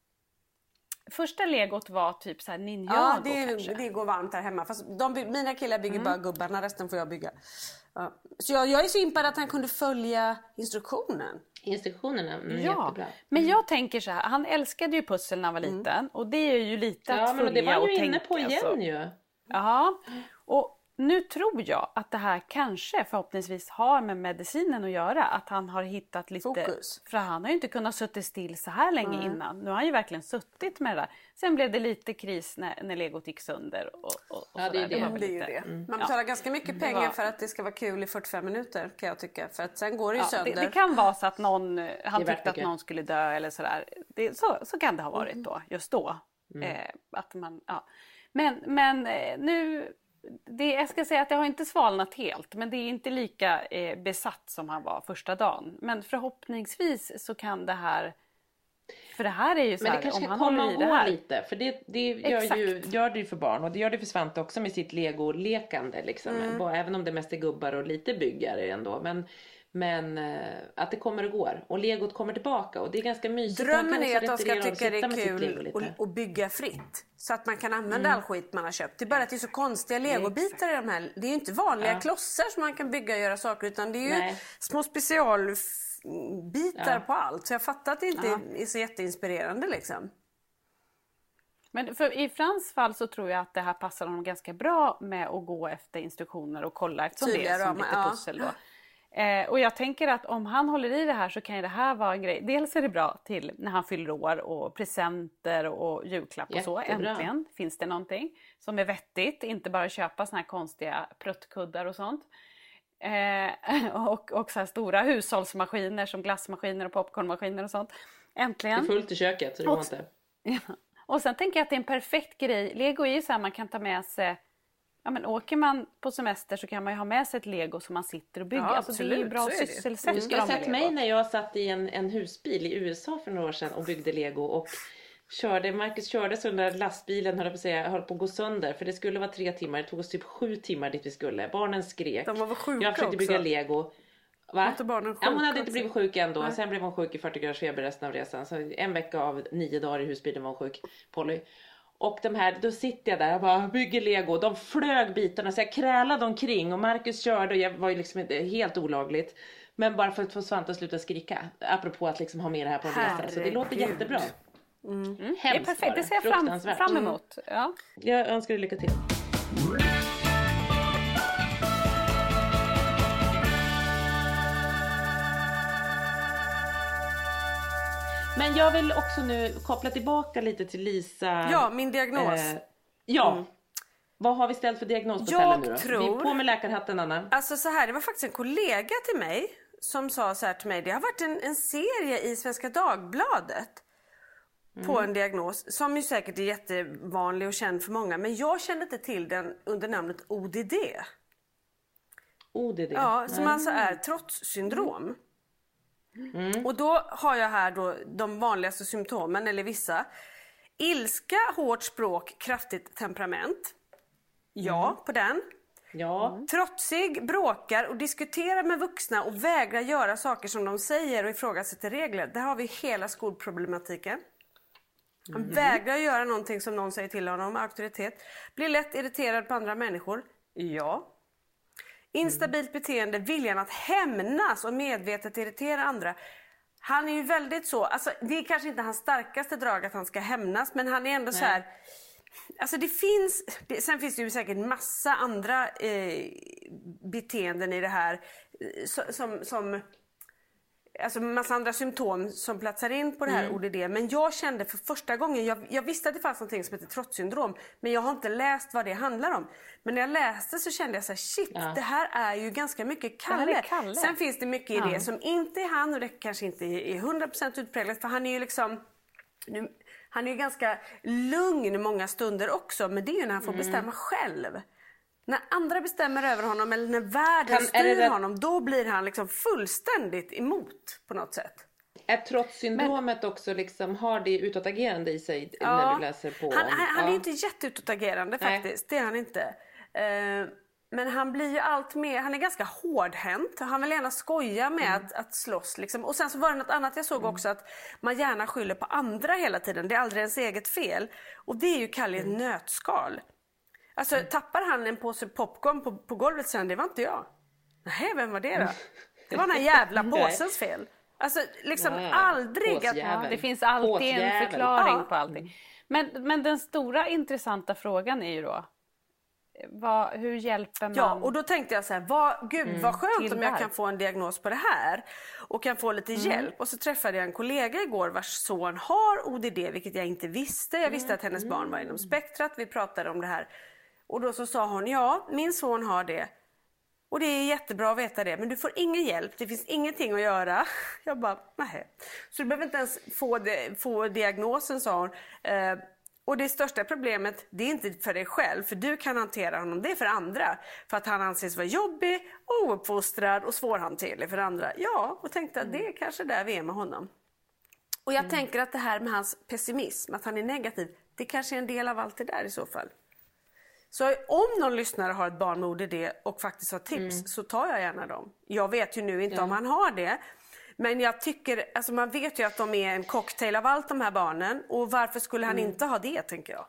Första Legot var typ så här Ninjago. Ja, det går varmt här hemma. Fast mina killar bygger bara gubbarna, resten får jag bygga. Ja. Så jag är så impad att han kunde följa instruktionerna, jättebra. Men jag tänker så här, han älskade ju pussel när han var liten. Och det är ju lite att följa och tänka. Ja, men det var ju inne på igen ju. Ja, och nu tror jag att det här kanske förhoppningsvis har med medicinen att göra. Att han har hittat lite fokus. För han har ju inte kunnat sitta still så här länge innan. Nu har han ju verkligen suttit med det där. Sen blev det lite kris när legot gick sönder. Och ja, det är ju det. Man betalar ganska mycket pengar för att det ska vara kul i 45 minuter kan jag tycka. För att sen går det ju sönder. Det kan vara så att han tyckte att någon skulle dö eller sådär. Så kan det ha varit då, just då. Att man, Men nu... jag ska säga att det har inte svalnat helt, men det är inte lika besatt som han var första dagen. Men förhoppningsvis så kan det här, för det här är ju så här, men det kanske om han komma håller i det här lite, för det gör det ju för barn, och det gör det för Svante också med sitt Lego-lekande liksom. Även om det mest är gubbar och lite byggare ändå, men att det kommer och går och legot kommer tillbaka och det är ganska mysigt. Drömmen är att de ska tycka det är kul att bygga fritt så att man kan använda all skit man har köpt. Det är bara att det är så konstiga legobitar i de här. Det är ju inte vanliga klossar som man kan bygga och göra saker, utan det är ju små specialbitar på allt. Så jag fattar att det inte är så jätteinspirerande liksom. Men i Frans fall så tror jag att det här passar honom ganska bra med att gå efter instruktioner och kolla, eftersom det är som lite pussel då. Och jag tänker att om han håller i det här så kan ju det här vara en grej. Dels är det bra till när han fyller år och presenter och julklapp och så. Äntligen finns det någonting som är vettigt. Inte bara köpa såna här konstiga pruttkuddar och sånt. Och så här stora hushållsmaskiner som glassmaskiner och popcornmaskiner och sånt. Äntligen. Det är fullt i köket så det går inte. Ja. Och sen tänker jag att det är en perfekt grej. Lego är ju så här, man kan ta med sig... Ja, men åker man på semester så kan man ju ha med sig ett Lego som man sitter och bygger. Ja, alltså, det är ju bra sysselsättning. Du ska ha sett mig när jag satt i en husbil i USA för några år sedan och byggde Lego och Marcus körde så där lastbilen höll på att gå sönder, för det skulle vara 3 timmar. Det tog oss typ 7 timmar dit vi skulle. Barnen skrek. De var sjuka. Jag försökte bygga Lego. Va? Hon hade inte blivit sjuk ändå. Nej. Sen blev hon sjuk i 40 graders feber resten av resan. Så en vecka av 9 dagar i husbilen var hon sjuk. Polly. Och då sitter jag där och bara bygger Lego. De flög bitarna så jag krälade omkring. Och Marcus körde och jag var ju liksom inte helt olagligt. Men bara för att få Svante att sluta skrika. Apropå att liksom ha med det här på en resa. Så det låter jättebra. Det är perfekt, det ser jag fram emot. Ja. Jag önskar dig lycka till. Men jag vill också nu koppla tillbaka lite till Lisa. Ja, min diagnos. Vad har vi ställt för diagnos på Pelle nu då? Vi är på med läkarhatten, Anna. Alltså så här, det var faktiskt en kollega till mig som sa så här till mig. Det har varit en serie i Svenska Dagbladet på en diagnos som ju säkert är jättevanlig och känd för många. Men jag kände inte till den under namnet ODD. ODD? Ja, som alltså är trotssyndrom. Och då har jag här då de vanligaste symptomen, eller vissa. Ilska, hårt språk, kraftigt temperament. Ja, på den. Ja. Trotsig, bråkar och diskuterar med vuxna och vägrar göra saker som de säger och ifrågasätter regler. Där har vi hela skolproblematiken. Han vägrar göra någonting som någon säger till honom med auktoritet. Blir lätt irriterad på andra människor. Ja. Instabilt beteende, viljan att hämnas och medvetet irritera andra. Han är ju väldigt så, alltså det är kanske inte hans starkaste drag att han ska hämnas, men han är ändå så här. Alltså sen finns det ju säkert massa andra beteenden i det här som alltså massa andra symptom som platsar in på det här ODD. Men jag kände för första gången, jag visste att det fanns någonting som heter trotssyndrom, men jag har inte läst vad det handlar om. Men när jag läste så kände jag så här, shit, det här är ju ganska mycket Kalle. Sen finns det mycket i det som inte är han, och det kanske inte är 100% utpräglat, för han är ju liksom han är ju ganska lugn många stunder också, men det är ju när han får bestämma själv. När andra bestämmer över honom eller när världen styr honom, då blir han liksom fullständigt emot på något sätt. Är trotssyndromet också liksom, har det utåtagerande i sig när du läser på? Han är inte jätteutåtagerande faktiskt, det är han inte. Men han blir ju allt mer, han är ganska hårdhänt. Han vill gärna skoja med att slåss liksom. Och sen så var det något annat jag såg också, att man gärna skyller på andra hela tiden. Det är aldrig ens eget fel. Och det är ju Kalle ett nötskal. Alltså tappar han en påse popcorn på golvet sen, det var inte jag. Nej, vem var det då? Det var den här jävla påsens fel. Alltså liksom aldrig att... det finns alltid en förklaring på allting. Men den stora intressanta frågan är ju då, hur hjälper man? Ja, och då tänkte jag så här, vad skönt om jag kan få en diagnos på det här och kan få lite hjälp. Och så träffade jag en kollega igår vars son har ODD, vilket jag inte visste. Jag visste att hennes barn var inom spektrat, vi pratade om det här. Och då så sa hon, ja, min son har det. Och det är jättebra att veta det, men du får ingen hjälp, det finns ingenting att göra. Jag bara, nej. Så du behöver inte ens få diagnosen, sa hon. Och det största problemet, det är inte för dig själv, för du kan hantera honom, det är för andra. För att han anses vara jobbig, ouppfostrad och svårhanterlig för andra. Ja, och tänkte att det är kanske där vi är med honom. Och jag tänker att det här med hans pessimism, att han är negativ, det kanske är en del av allt det där i så fall. Så om någon lyssnare har ett barn med ODD och faktiskt har tips, så tar jag gärna dem. Jag vet ju nu inte om han har det. Men jag tycker, alltså man vet ju att de är en cocktail av allt de här barnen. Och varför skulle han inte ha det, tänker jag.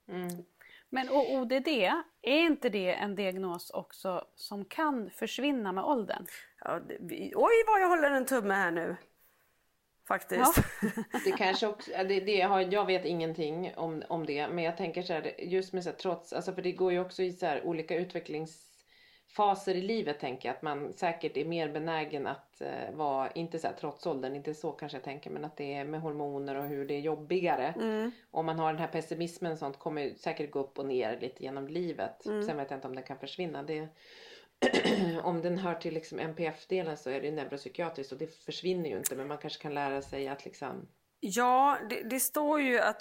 Men och ODD, är inte det en diagnos också som kan försvinna med åldern? Ja, oj vad jag håller en tumme här nu. Faktiskt. Ja. Det kanske också, jag vet ingenting om det, men jag tänker så här, just med så här, trots, alltså för det går ju också i så här olika utvecklingsfaser i livet, tänker jag, att man säkert är mer benägen att vara, inte så här trots åldern, inte så kanske jag tänker, men att det är med hormoner och hur det är jobbigare. Om man har den här pessimismen och sånt, kommer ju säkert gå upp och ner lite genom livet. Sen vet jag inte om den kan försvinna. Om den hör till liksom NPF-delen så är det neuropsykiatriskt och det försvinner ju inte, men man kanske kan lära sig att liksom... Ja, det står ju att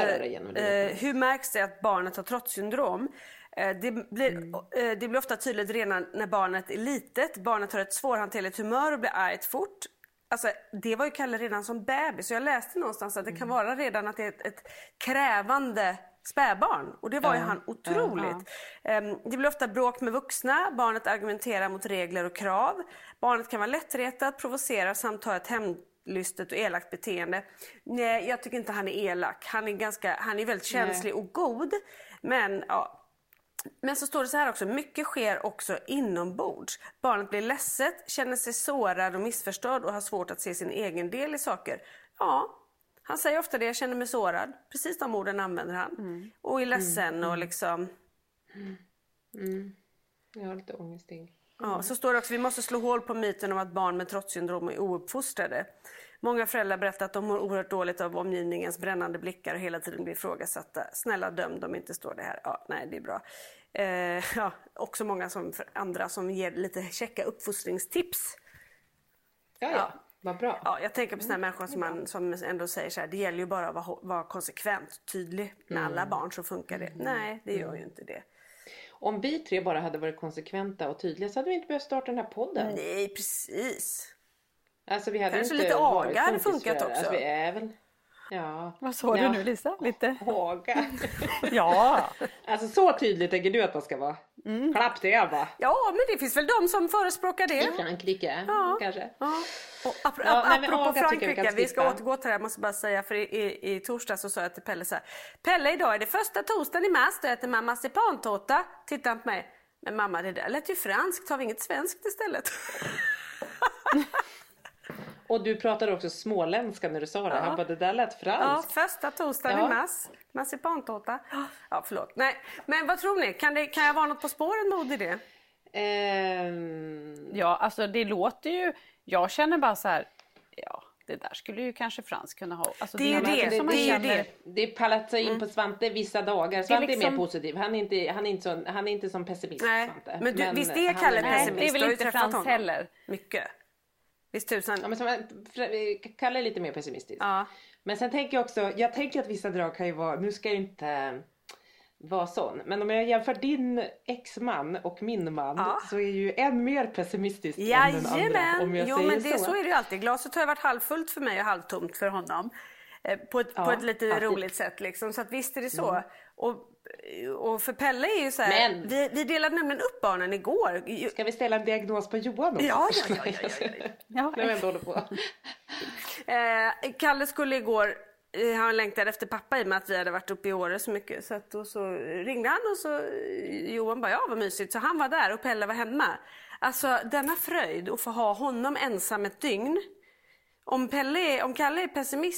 hur märks det att barnet har trotssyndrom? Det blir ofta tydligt redan när barnet är litet. Barnet har ett svårhanterligt humör och blir argt fort. Alltså, det var ju Kalle redan som bebis. Så jag läste någonstans att det kan vara redan att det är ett krävande spädbarn. Och det var ju han otroligt. Det blir ofta bråk med vuxna. Barnet argumenterar mot regler och krav. Barnet kan vara lättretat, provocera samt ha ett hämndlystet och elakt beteende. Nej, jag tycker inte han är elak. Han är väldigt känslig och god. Men ja. Men så står det så här också, mycket sker också inombords. Barnet blir ledset, känner sig sårad och missförstådd och har svårt att se sin egen del i saker. Ja, han säger ofta det, jag känner mig sårad. Precis de orden använder han. Och är ledsen och liksom... Jag har lite ångestig. Ja, så står det också, vi måste slå hål på myten om att barn med trotssyndrom är ouppfostrade. Många föräldrar berättar att de mår oerhört dåligt av omgivningens brännande blickar och hela tiden blir ifrågasatta. Snälla döm, de inte står det här. Ja, nej, det är bra. Också många andra som ger lite checka uppfostringstips. Ja. Vad bra. Ja, jag tänker på såna här människor som ändå säger så här, det gäller ju bara att vara konsekvent, tydlig med alla barn, så funkar det. Nej, det gör ju inte det. Om vi tre bara hade varit konsekventa och tydliga så hade vi inte behövt starta den här podden. Nej, precis. Alltså vi hade kanske inte lite aga hade funkat också. Alltså, vi är väl... Ja. Vad sa du nu, Lisa? Lite? Aga. Ja. Alltså så tydligt tänker du att man ska vara. Klapp det va? Ja, men det finns väl de som förespråkar det. I Frankrike kanske. Ja. Och apropå Frankrike, vi ska återgå till det här. Jag måste bara säga, för i torsdag så sa jag till Pelle så här: Pelle, idag är det första torsdagen i mars, då äter man marsipantårta. Titta på mig. Men mamma, det där lät ju franskt, tar vi inget svenskt istället? Och du pratade också småländska när du sa det. Han bara, det där lät franskt. Ja, första torsdagen i mars. Marsipantårta. Ja, förlåt. Nej, men vad tror ni? Kan jag vara något på spåren med ODD? Ja, alltså det låter ju... Jag känner bara så här... Ja, det där skulle ju kanske Frans kunna ha. Alltså, det är det. Det pallar in på Svante vissa dagar. Svante är mer positiv. Han är inte som pessimist. Nej, Svante. men visst är Kalle pessimist? Det är väl inte Frans heller. Mycket. Visst tusan. Ja, men Kalle är lite mer pessimistisk. Ja. Men sen tänker jag också, att vissa drag kan ju vara, nu ska jag inte vara sån, men om jag jämför din exman och min man så är ju en mer pessimistisk än den andra. Om jag säger så är det ju alltid. Glaset har ju varit halvfullt för mig och halvtomt för honom. På ett lite roligt sätt liksom. Så att visst är det så. Och för Pelle är ju så här, vi delade nämligen upp barnen igår. Ska vi ställa en diagnos på Johan också? Ja. Nu ändå håller på. Kalle skulle igår, han längtade efter pappa i och med att vi hade varit uppe i Åre så mycket. Så att, och så ringde han och så Johan bara, ja vad mysigt. Så han var där och Pelle var hemma. Alltså denna fröjd att få ha honom ensam ett dygn. Om Kalle är pessimist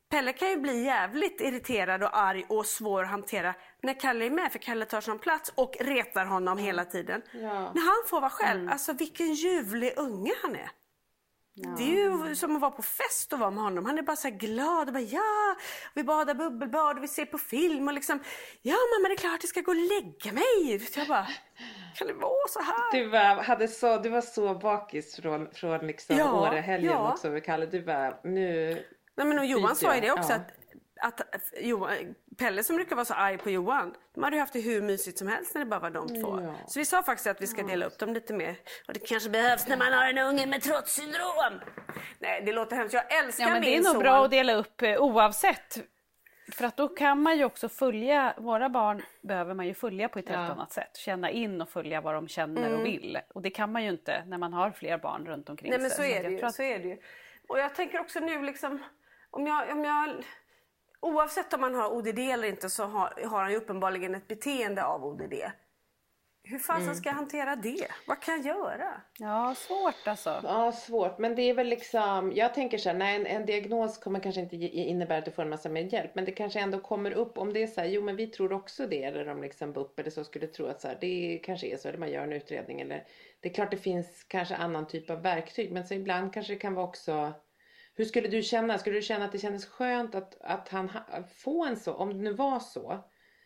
Pelle kan ju bli jävligt irriterad och arg och svår att hantera när Kalle är med, för Kalle tar sån plats och retar honom hela tiden. Ja. När han får vara själv, alltså vilken ljuvlig unge han är. Ja. Det är ju som att vara på fest och vara med honom. Han är bara så här glad och bara ja, vi badar bubbelbad och vi ser på film och liksom ja mamma det är klart jag ska gå och lägga mig. Jag bara, kan det vara så här? Du var så bakis från liksom Årehelgen också med Kalle. Du bara nu. Nej men och Johan sa ju det också att Johan, Pelle som brukar vara så arg på Johan, de hade ju haft det hur mysigt som helst när det bara var de två. Ja. Så vi sa faktiskt att vi ska dela upp dem lite mer. Och det kanske behövs när man har en unge med trotssyndrom. Nej, det låter hemskt. Jag älskar min son. Men det är nog bra att dela upp oavsett. För att då kan man ju också följa, våra barn behöver man ju följa på ett helt annat sätt. Känna in och följa vad de känner och vill. Och det kan man ju inte när man har fler barn runt omkring sig. Nej men så är det ju, så är det ju. Och jag tänker också nu liksom, om jag oavsett om man har ODD eller inte så har han ju uppenbarligen ett beteende av ODD. Hur fasen ska jag hantera det? Vad kan jag göra? Ja, svårt alltså. Ja, svårt. Men det är väl liksom, jag tänker så här, nej, en diagnos kommer kanske inte innebära att du får en massa mer hjälp. Men det kanske ändå kommer upp om det är så här, jo men vi tror också det. Eller om liksom BUP eller så skulle tro att så här, det kanske är så. Eller man gör en utredning. Eller, det är klart det finns kanske annan typ av verktyg. Men så ibland kanske det kan vara också. Hur skulle du känna? Skulle du känna att det kändes skönt att han får en så, om det nu var så?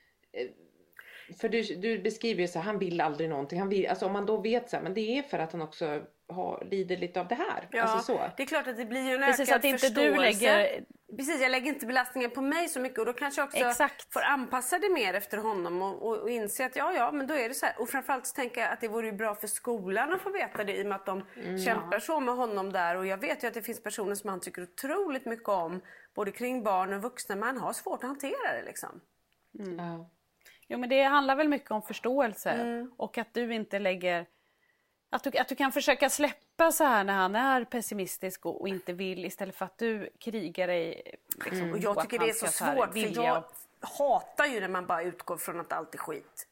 För du beskriver ju så här, han vill aldrig någonting. Han vill, alltså om man då vet så här, men det är för att han också lider lite av det här. Ja, alltså så. Det är klart att det blir ju en precis, ökad att inte förståelse. Du lägger. Precis, jag lägger inte belastningen på mig så mycket och då kanske jag också får anpassa det mer efter honom och inse att ja, men då är det så här. Och framförallt så tänker jag att det vore ju bra för skolan att få veta det i och med att de kämpar så med honom där. Och jag vet ju att det finns personer som han tycker otroligt mycket om, både kring barn och vuxna, men han har svårt att hantera det liksom. Ja. Jo men det handlar väl mycket om förståelse och att du inte lägger, att du kan försöka släppa så här när han är pessimistisk och inte vill, istället för att du krigar dig. Liksom, och jag tycker det är så svårt för jag hatar ju när man bara utgår från att allt är skit.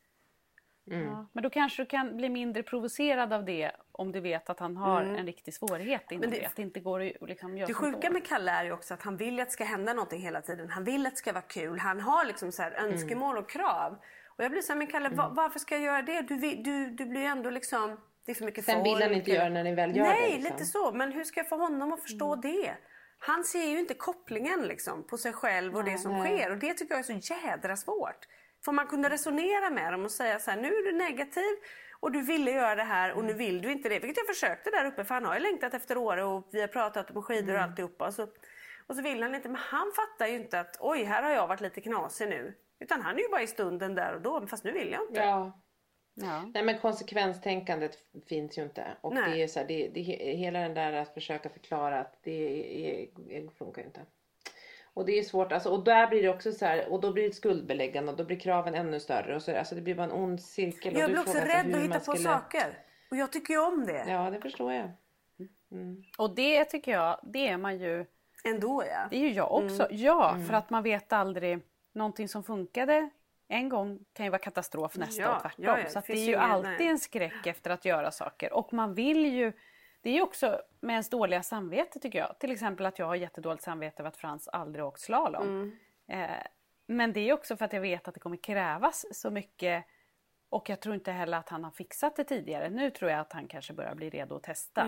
Ja, men då kanske du kan bli mindre provocerad av det om du vet att han har en riktig svårighet inom det. Att det inte går att liksom göra. Det sjuka med Kalle är ju också att han vill att det ska hända någonting hela tiden. Han vill att det ska vara kul. Han har liksom så här önskemål och krav. Och jag blir så här, men Kalle, varför ska jag göra det? Du blir ju ändå liksom, det är för mycket sen vill han inte göra när ni väl gör det. Nej, liksom. Lite så. Men hur ska jag få honom att förstå det? Han ser ju inte kopplingen liksom på sig själv och det som sker. Och det tycker jag är så jädra svårt. Får man kunna resonera med dem och säga så här, nu är du negativ och du ville göra det här och nu vill du inte det. Vilket jag försökte där uppe, för han har ju längtat efter Åre och vi har pratat om skidor och alltihopa. Och så vill han inte, men han fattar ju inte att oj, här har jag varit lite knasig nu. Utan han är ju bara i stunden där och då, fast nu vill jag inte. Ja. Nej men konsekvenstänkandet finns ju inte. Och det är så här, det hela den där att försöka förklara att det funkar ju inte. Och det är svårt, alltså, och där blir det också så här, och då blir det skuldbeläggande och då blir kraven ännu större och så, alltså det blir bara en ond cirkel. Jag blir också rädd att hitta på saker. Och jag tycker ju om det. Ja, det förstår jag. Och det tycker jag, det är man ju ändå, ja. Det är ju jag också. För att man vet aldrig, någonting som funkade en gång kan ju vara katastrof nästa och tvärtom. Så att det är ju alltid en skräck efter att göra saker. Och man vill ju, det är ju också med ens dåliga samvete tycker jag. Till exempel att jag har jättedåligt samvete över att Frans aldrig åkt slalom. Men det är också för att jag vet att det kommer krävas så mycket. Och jag tror inte heller att han har fixat det tidigare. Nu tror jag att han kanske börjar bli redo att testa.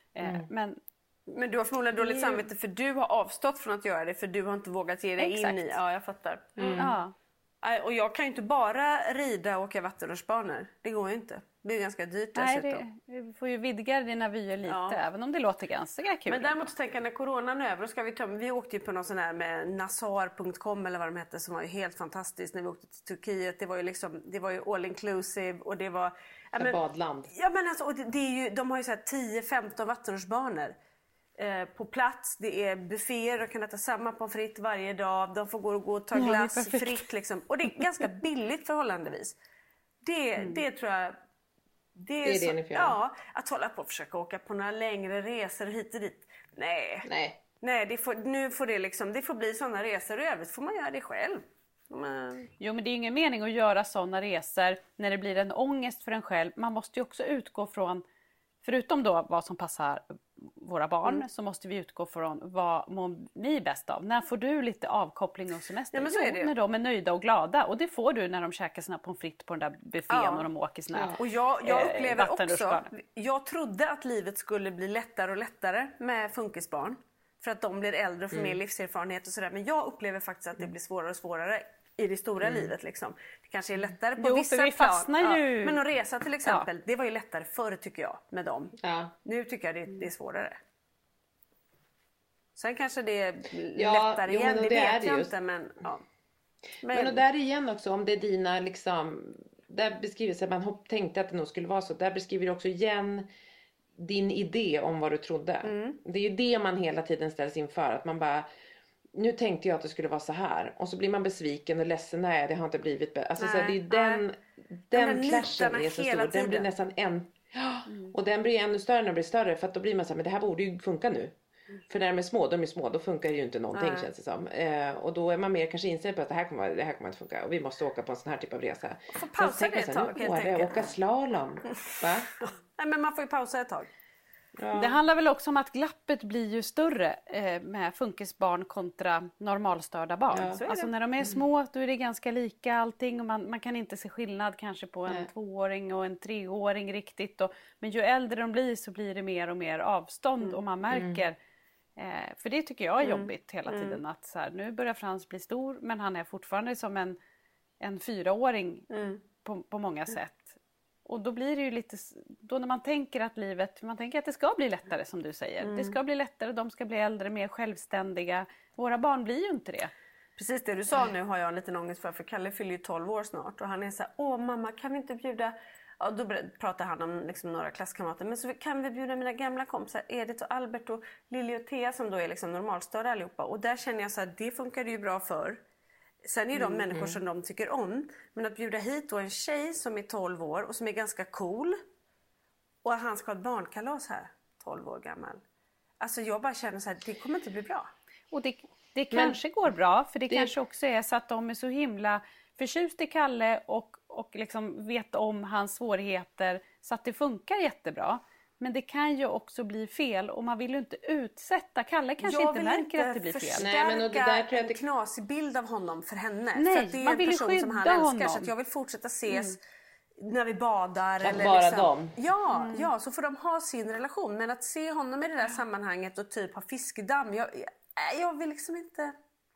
Men du har förmodligen dåligt samvete för du har avstått från att göra det. För du har inte vågat ge dig in i. Ja, jag fattar. Ja. Och jag kan ju inte bara rida och åka vattenrutschbanor. Det går ju inte. Det är ganska dyrt dessutom. Du får ju vidga dina vyer lite, även om det låter ganska kul. Men däremot tänker jag, när coronan är över, ska vi åkte ju på någon sån här med Nazar.com eller vad de hette, som var ju helt fantastiskt när vi åkte till Turkiet. Det var ju liksom, det var ju all inclusive och det var badland. Ja men alltså, och det är ju, de har ju så här 10-15 vattenrutschbanor. På plats, det är bufféer, de kan äta samma pommes frites varje dag, de får gå och ta glass fritt liksom. Och det är ganska billigt förhållandevis. Det tror jag det är det ni får göra. Ja, att hålla på och försöka åka på några längre resor hit och dit. Nej, det får bli sådana resor, och övrigt får man göra det själv. Jo, men det är ju ingen mening att göra sådana resor när det blir en ångest för en själv. Man måste ju också utgå från, förutom då vad som passar våra barn så måste vi utgå från vad mår ni bäst av. När får du lite avkoppling och semester? Ja, men så är det. När de är nöjda och glada. Och det får du när de käkar sina pommes frites på den där buffén och de åker sina Och jag upplever också, jag trodde att livet skulle bli lättare och lättare med funkisbarn. För att de blir äldre och får mer livserfarenhet och sådär. Men jag upplever faktiskt att det blir svårare och svårare i det stora livet liksom. Det kanske är lättare på vissa plan. Ju... Men att resa till exempel, det var ju lättare förr tycker jag med dem. Ja. Nu tycker jag det är svårare. Sen kanske det är lättare igen, det vet jag inte. Men och där igen också, om det är dina liksom, där beskriver sig att man tänkte att det nog skulle vara så. Där beskriver du också igen din idé om vad du trodde. Det är ju det man hela tiden ställs inför. Att man bara, nu tänkte jag att det skulle vara så här. Och så blir man besviken och ledsen. Nej, det har inte blivit bättre. Alltså, så det är den clashen är så stor. Den blir nästan och den blir ännu större när den blir större. För att då blir man så här, men det här borde ju funka nu. För när de är små, då funkar ju inte någonting känns det som. Och då är man mer kanske inställd på att det här kommer inte funka. Och vi måste åka på en sån här typ av resa. Får pausa det ett tag, helt enkelt. Åka slalom. Va? Nej, men man får ju pausa ett tag. Ja. Det handlar väl också om att glappet blir ju större med funkisbarn kontra normalstörda barn. Ja. Alltså när de är små då är det ganska lika allting och man kan inte se skillnad kanske på en 2-åring och en 3-åring riktigt. Men ju äldre de blir så blir det mer och mer avstånd och man märker, för det tycker jag är jobbigt hela tiden att så här, nu börjar Frans bli stor men han är fortfarande som en 4-åring på många sätt. Och då blir det ju lite, då när man tänker att man tänker att det ska bli lättare som du säger. Det ska bli lättare, de ska bli äldre, mer självständiga. Våra barn blir ju inte det. Precis det du sa nu har jag en liten ångest för Kalle fyller ju 12 år snart. Och han är så här, åh mamma kan vi inte bjuda, ja då pratar han om liksom några klasskamrater. Men så kan vi bjuda mina gamla kompisar, Edith och Albert och Lili och Thea som då är liksom normalstörda allihopa. Och där känner jag så här, det funkar ju bra för. Sen är de människor som de tycker om. Men att bjuda hit då en tjej som är 12 år och som är ganska cool. Och han ska ha ett barnkalas här, 12 år gammal. Alltså jag bara känner så här, det kommer inte bli bra. Och det kanske går bra, för det kanske också är så att de är så himla förtjust i Kalle och liksom vet om hans svårigheter så att det funkar jättebra. Men det kan ju också bli fel och man vill ju inte utsätta. Kalle kanske inte märker att det blir fel. Nej, men det där tror jag en knasig bild av honom för henne. Nej, för att det är man vill en person som han honom. älskar. Så att jag vill fortsätta ses när vi badar. Att eller bara liksom. dem. Ja, så får de ha sin relation. Men att se honom i det där sammanhanget och typ ha fiskedamm. Jag vill liksom inte...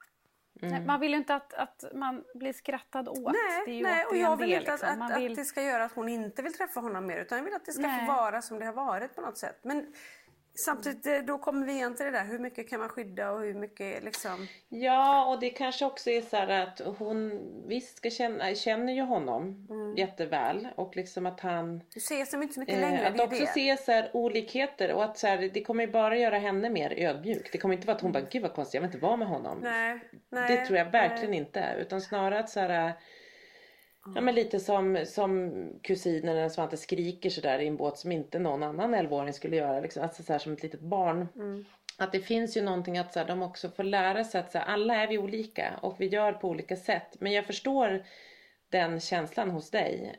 Man vill ju inte att man blir skrattad åt. Nej, och jag vill inte att det ska göra att hon inte vill träffa honom mer. Utan jag vill att det ska få vara som det har varit på något sätt. Men samtidigt då kommer vi igen till det där. Hur mycket kan man skydda och hur mycket liksom... Ja, och det kanske också är så här att hon visst känner ju honom jätteväl. Och liksom att han... Du ses inte så mycket längre. Att också se så här olikheter. Och att så här, det kommer ju bara göra henne mer ödmjuk. Det kommer inte vara att hon bara, gud vad konstigt, jag vill inte vara med honom. Nej, det tror jag verkligen inte. Utan snarare att så här... Ja, men lite som kusinen när Svante skriker så där i en båt som inte någon annan 11-åring skulle göra. Liksom. Alltså så här som ett litet barn. Att det finns ju någonting att så här, de också får lära sig att så här, alla är vi olika. Och vi gör på olika sätt. Men jag förstår den känslan hos dig.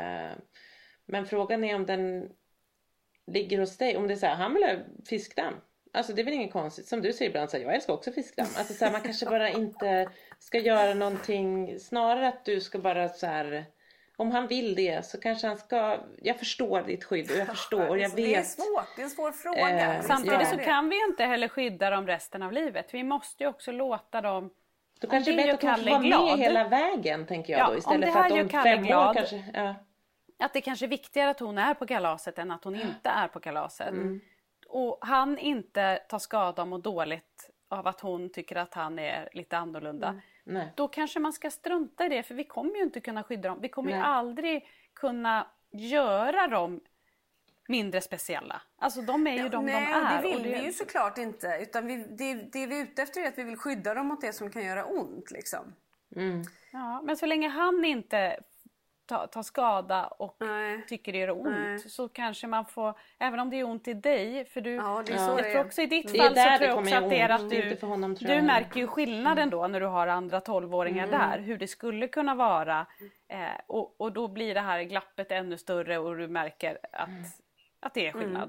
Men frågan är om den ligger hos dig. Om det är så här, han vill ha fiskdamm. Alltså det är väl inget konstigt. Som du säger ibland så här, jag älskar också fiskdamm. Alltså så här, man kanske bara inte ska göra någonting. Snarare att du ska bara så här, om han vill det så kanske han ska, jag förstår ditt skydd och jag förstår och jag vet. Det är svårt, det är en svår fråga. Samtidigt så kan vi ju inte heller skydda dem resten av livet. Vi måste ju också låta dem. Då kanske det är bättre att hon får vara med hela vägen tänker jag då. Istället för att de 5 år kanske. Ja. Att det kanske är viktigare att hon är på kalaset än att hon inte är på kalaset. Och han inte tar skada och mår dåligt av att hon tycker att han är lite annorlunda. Då kanske man ska strunta i det. För vi kommer ju inte kunna skydda dem. Vi kommer ju aldrig kunna göra dem mindre speciella. Alltså de är ju de är. Det vill vi ju såklart inte. Utan det vi är ute efter är att vi vill skydda dem mot det som kan göra ont. Liksom. Ja, men så länge han inte tar skada och tycker det gör ont så kanske man får, även om det är ont i dig för du, jag tror också i ditt fall så tror jag också att det är att du märker ju skillnaden då när du har andra 12-åringar där, hur det skulle kunna vara och då blir det här glappet ännu större och du märker att det är skillnad.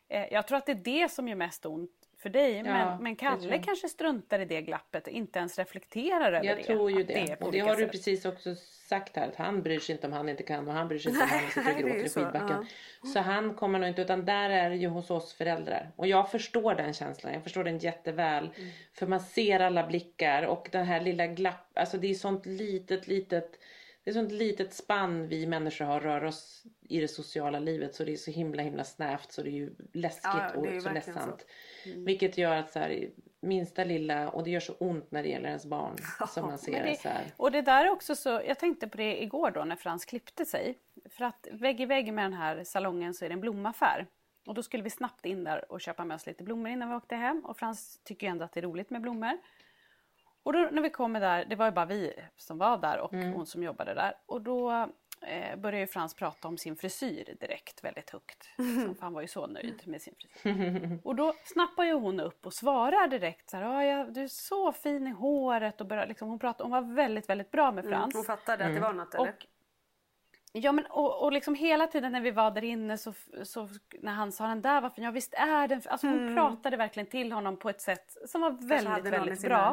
Jag tror att det är det som gör mest ont för dig. Men Kalle kanske struntar i det glappet. Inte ens reflekterar över det. Jag tror ju det. Och det har du precis också sagt här. Att han bryr sig inte om han inte kan. Och han bryr sig inte om han sitter och gråter i skidbacken. Så han kommer nog inte. Utan där är det ju hos oss föräldrar. Och jag förstår den känslan. Jag förstår den jätteväl. För man ser alla blickar. Och den här lilla glapp. Alltså det är sånt litet. Det är sånt litet spann vi människor har rör oss i det sociala livet. Så det är så himla snävt. Så det är ju läskigt och så ledsamt. Vilket gör att så här, minsta lilla. Och det gör så ont när det gäller ens barn. Som man ser det, så här. Och det där är också så. Jag tänkte på det igår då när Frans klippte sig. För att vägg i vägg med den här salongen så är det en blomaffär. Och då skulle vi snabbt in där och köpa med oss lite blommor innan vi åkte hem. Och Frans tycker ju ändå att det är roligt med blommor. Och då när vi kommer där, det var ju bara vi som var där och hon som jobbade där. Och då började ju Frans prata om sin frisyr direkt väldigt högt. För han var ju så nöjd med sin frisyr. Och då snappar ju hon upp och svarar direkt så här, du är så fin i håret. Och började, liksom, hon var väldigt, väldigt bra med Frans. Hon fattade att det var något, eller? Och liksom hela tiden när vi var där inne så när han sa den där var fin, visst är den. Alltså hon pratade verkligen till honom på ett sätt som var väldigt, väldigt bra.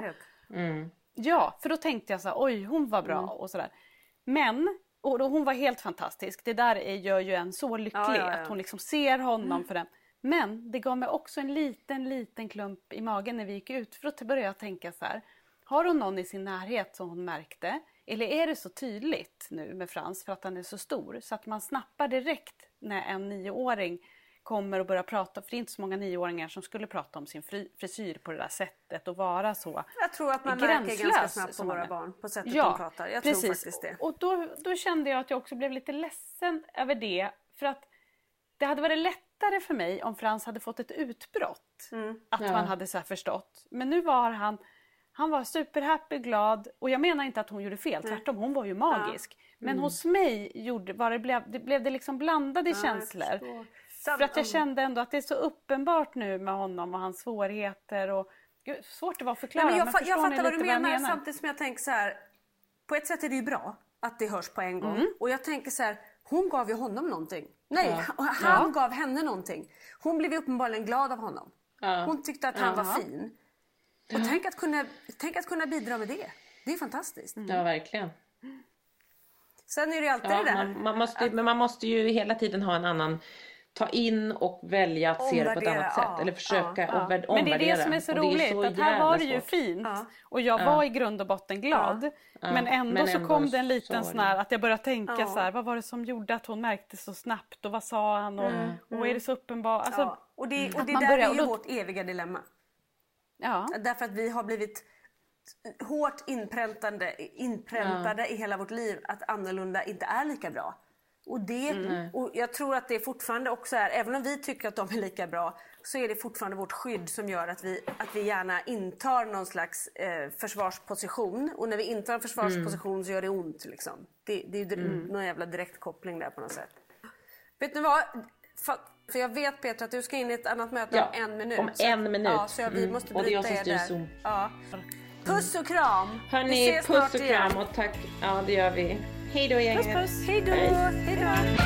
Ja, för då tänkte jag så här, oj hon var bra och sådär. Men, och då, hon var helt fantastisk. Det där gör ju en så lycklig att hon liksom ser honom för den. Men det gav mig också en liten klump i magen när vi gick ut. För då började jag tänka så här, har hon någon i sin närhet som hon märkte? Eller är det så tydligt nu med Frans för att han är så stor? Så att man snappar direkt när en 9-åring kommer och börjar prata. För det är inte så många 9-åringar som skulle prata om sin frisyr på det där sättet. Och vara så jag tror att man märker ganska snabbt på våra barn. På sättet de pratar. Jag tror faktiskt det. Och då kände jag att jag också blev lite ledsen över det. För att det hade varit lättare för mig om Frans hade fått ett utbrott. Att man hade så här förstått. Men nu var han var superhappy, glad. Och jag menar inte att hon gjorde fel. Tvärtom, hon var ju magisk. Men hos mig blev det liksom blandade känslor. För att jag kände ändå att det är så uppenbart nu med honom och hans svårigheter. Och, gud, svårt att vara förklara. Nej, men jag fattar vad du menar. Samtidigt som jag tänker så här. På ett sätt är det ju bra att det hörs på en gång. Och jag tänker så här. Hon gav ju honom någonting. Nej, han gav henne någonting. Hon blev ju uppenbarligen glad av honom. Hon tyckte att han var fin. Och tänk att kunna bidra med det. Det är fantastiskt. Ja, verkligen. Sen är det ju alltid det där. Men man måste ju hela tiden ha en annan... Ta in och välja att se det på ett annat sätt. Eller försöka omvärdera. Men det är det som är så roligt. Så att här var det ju fint. Och jag var i grund och botten glad. Men ändå så kom det en liten sån här. Att jag började tänka så här. Vad var det som gjorde att hon märkte så snabbt? Och vad sa han? Och är det så uppenbart? Alltså, och det där är ju vårt eviga dilemma. Ja. Därför att vi har blivit hårt inpräntade i hela vårt liv. Att annorlunda inte är lika bra. Och jag tror att det fortfarande också är, även om vi tycker att de är lika bra, så är det fortfarande vårt skydd som gör att vi gärna intar någon slags försvarsposition. Och när vi intar en försvarsposition så gör det ont liksom. Det är ju någon jävla direktkoppling där på något sätt. Vet ni vad? För jag vet, Petra, att du ska in i ett annat möte om 1 minut. Om 1 minut. Ja, så vi måste bryta och det är jag som styr Zoom. Ja. Puss och kram. Hörni, puss och kram och tack. Ja, det gör vi. Hej då, gänget. Puss, puss. Hej då. Hej då.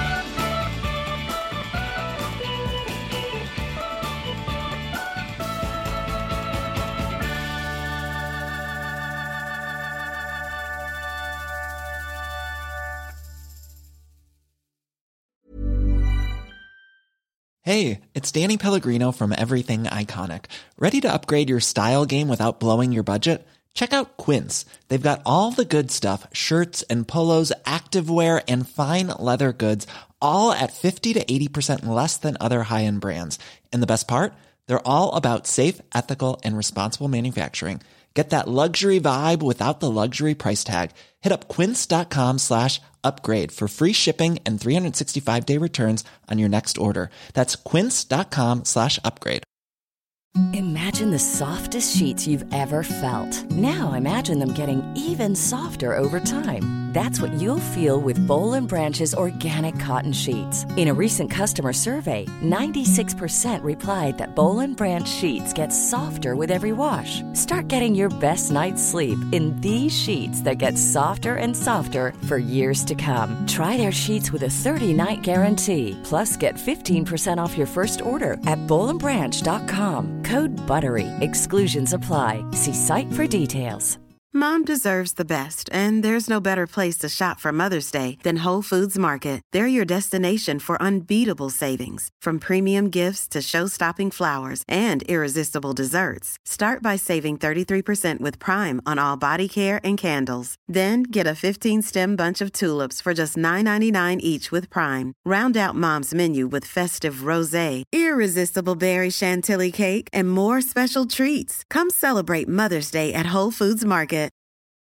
Hey, it's Danny Pellegrino from Everything Iconic. Ready to upgrade your style game without blowing your budget? Check out Quince. They've got all the good stuff, shirts and polos, activewear, and fine leather goods, all at 50 to 80% less than other high-end brands. And the best part? They're all about safe, ethical, and responsible manufacturing. Get that luxury vibe without the luxury price tag. Hit up quince.com/upgrade for free shipping and 365-day returns on your next order. That's quince.com/upgrade. Imagine the softest sheets you've ever felt. Now imagine them getting even softer over time. That's what you'll feel with Boll and Branch's organic cotton sheets. In a recent customer survey, 96% replied that Boll and Branch sheets get softer with every wash. Start getting your best night's sleep in these sheets that get softer and softer for years to come. Try their sheets with a 30-night guarantee. Plus, get 15% off your first order at bollandbranch.com. Code BUTTERY. Exclusions apply. See site for details. Mom deserves the best, and there's no better place to shop for Mother's Day than Whole Foods Market. They're your destination for unbeatable savings, from premium gifts to show-stopping flowers and irresistible desserts. Start by saving 33% with Prime on all body care and candles. Then get a 15-stem bunch of tulips for just $9.99 each with Prime. Round out Mom's menu with festive rosé, irresistible berry chantilly cake, and more special treats. Come celebrate Mother's Day at Whole Foods Market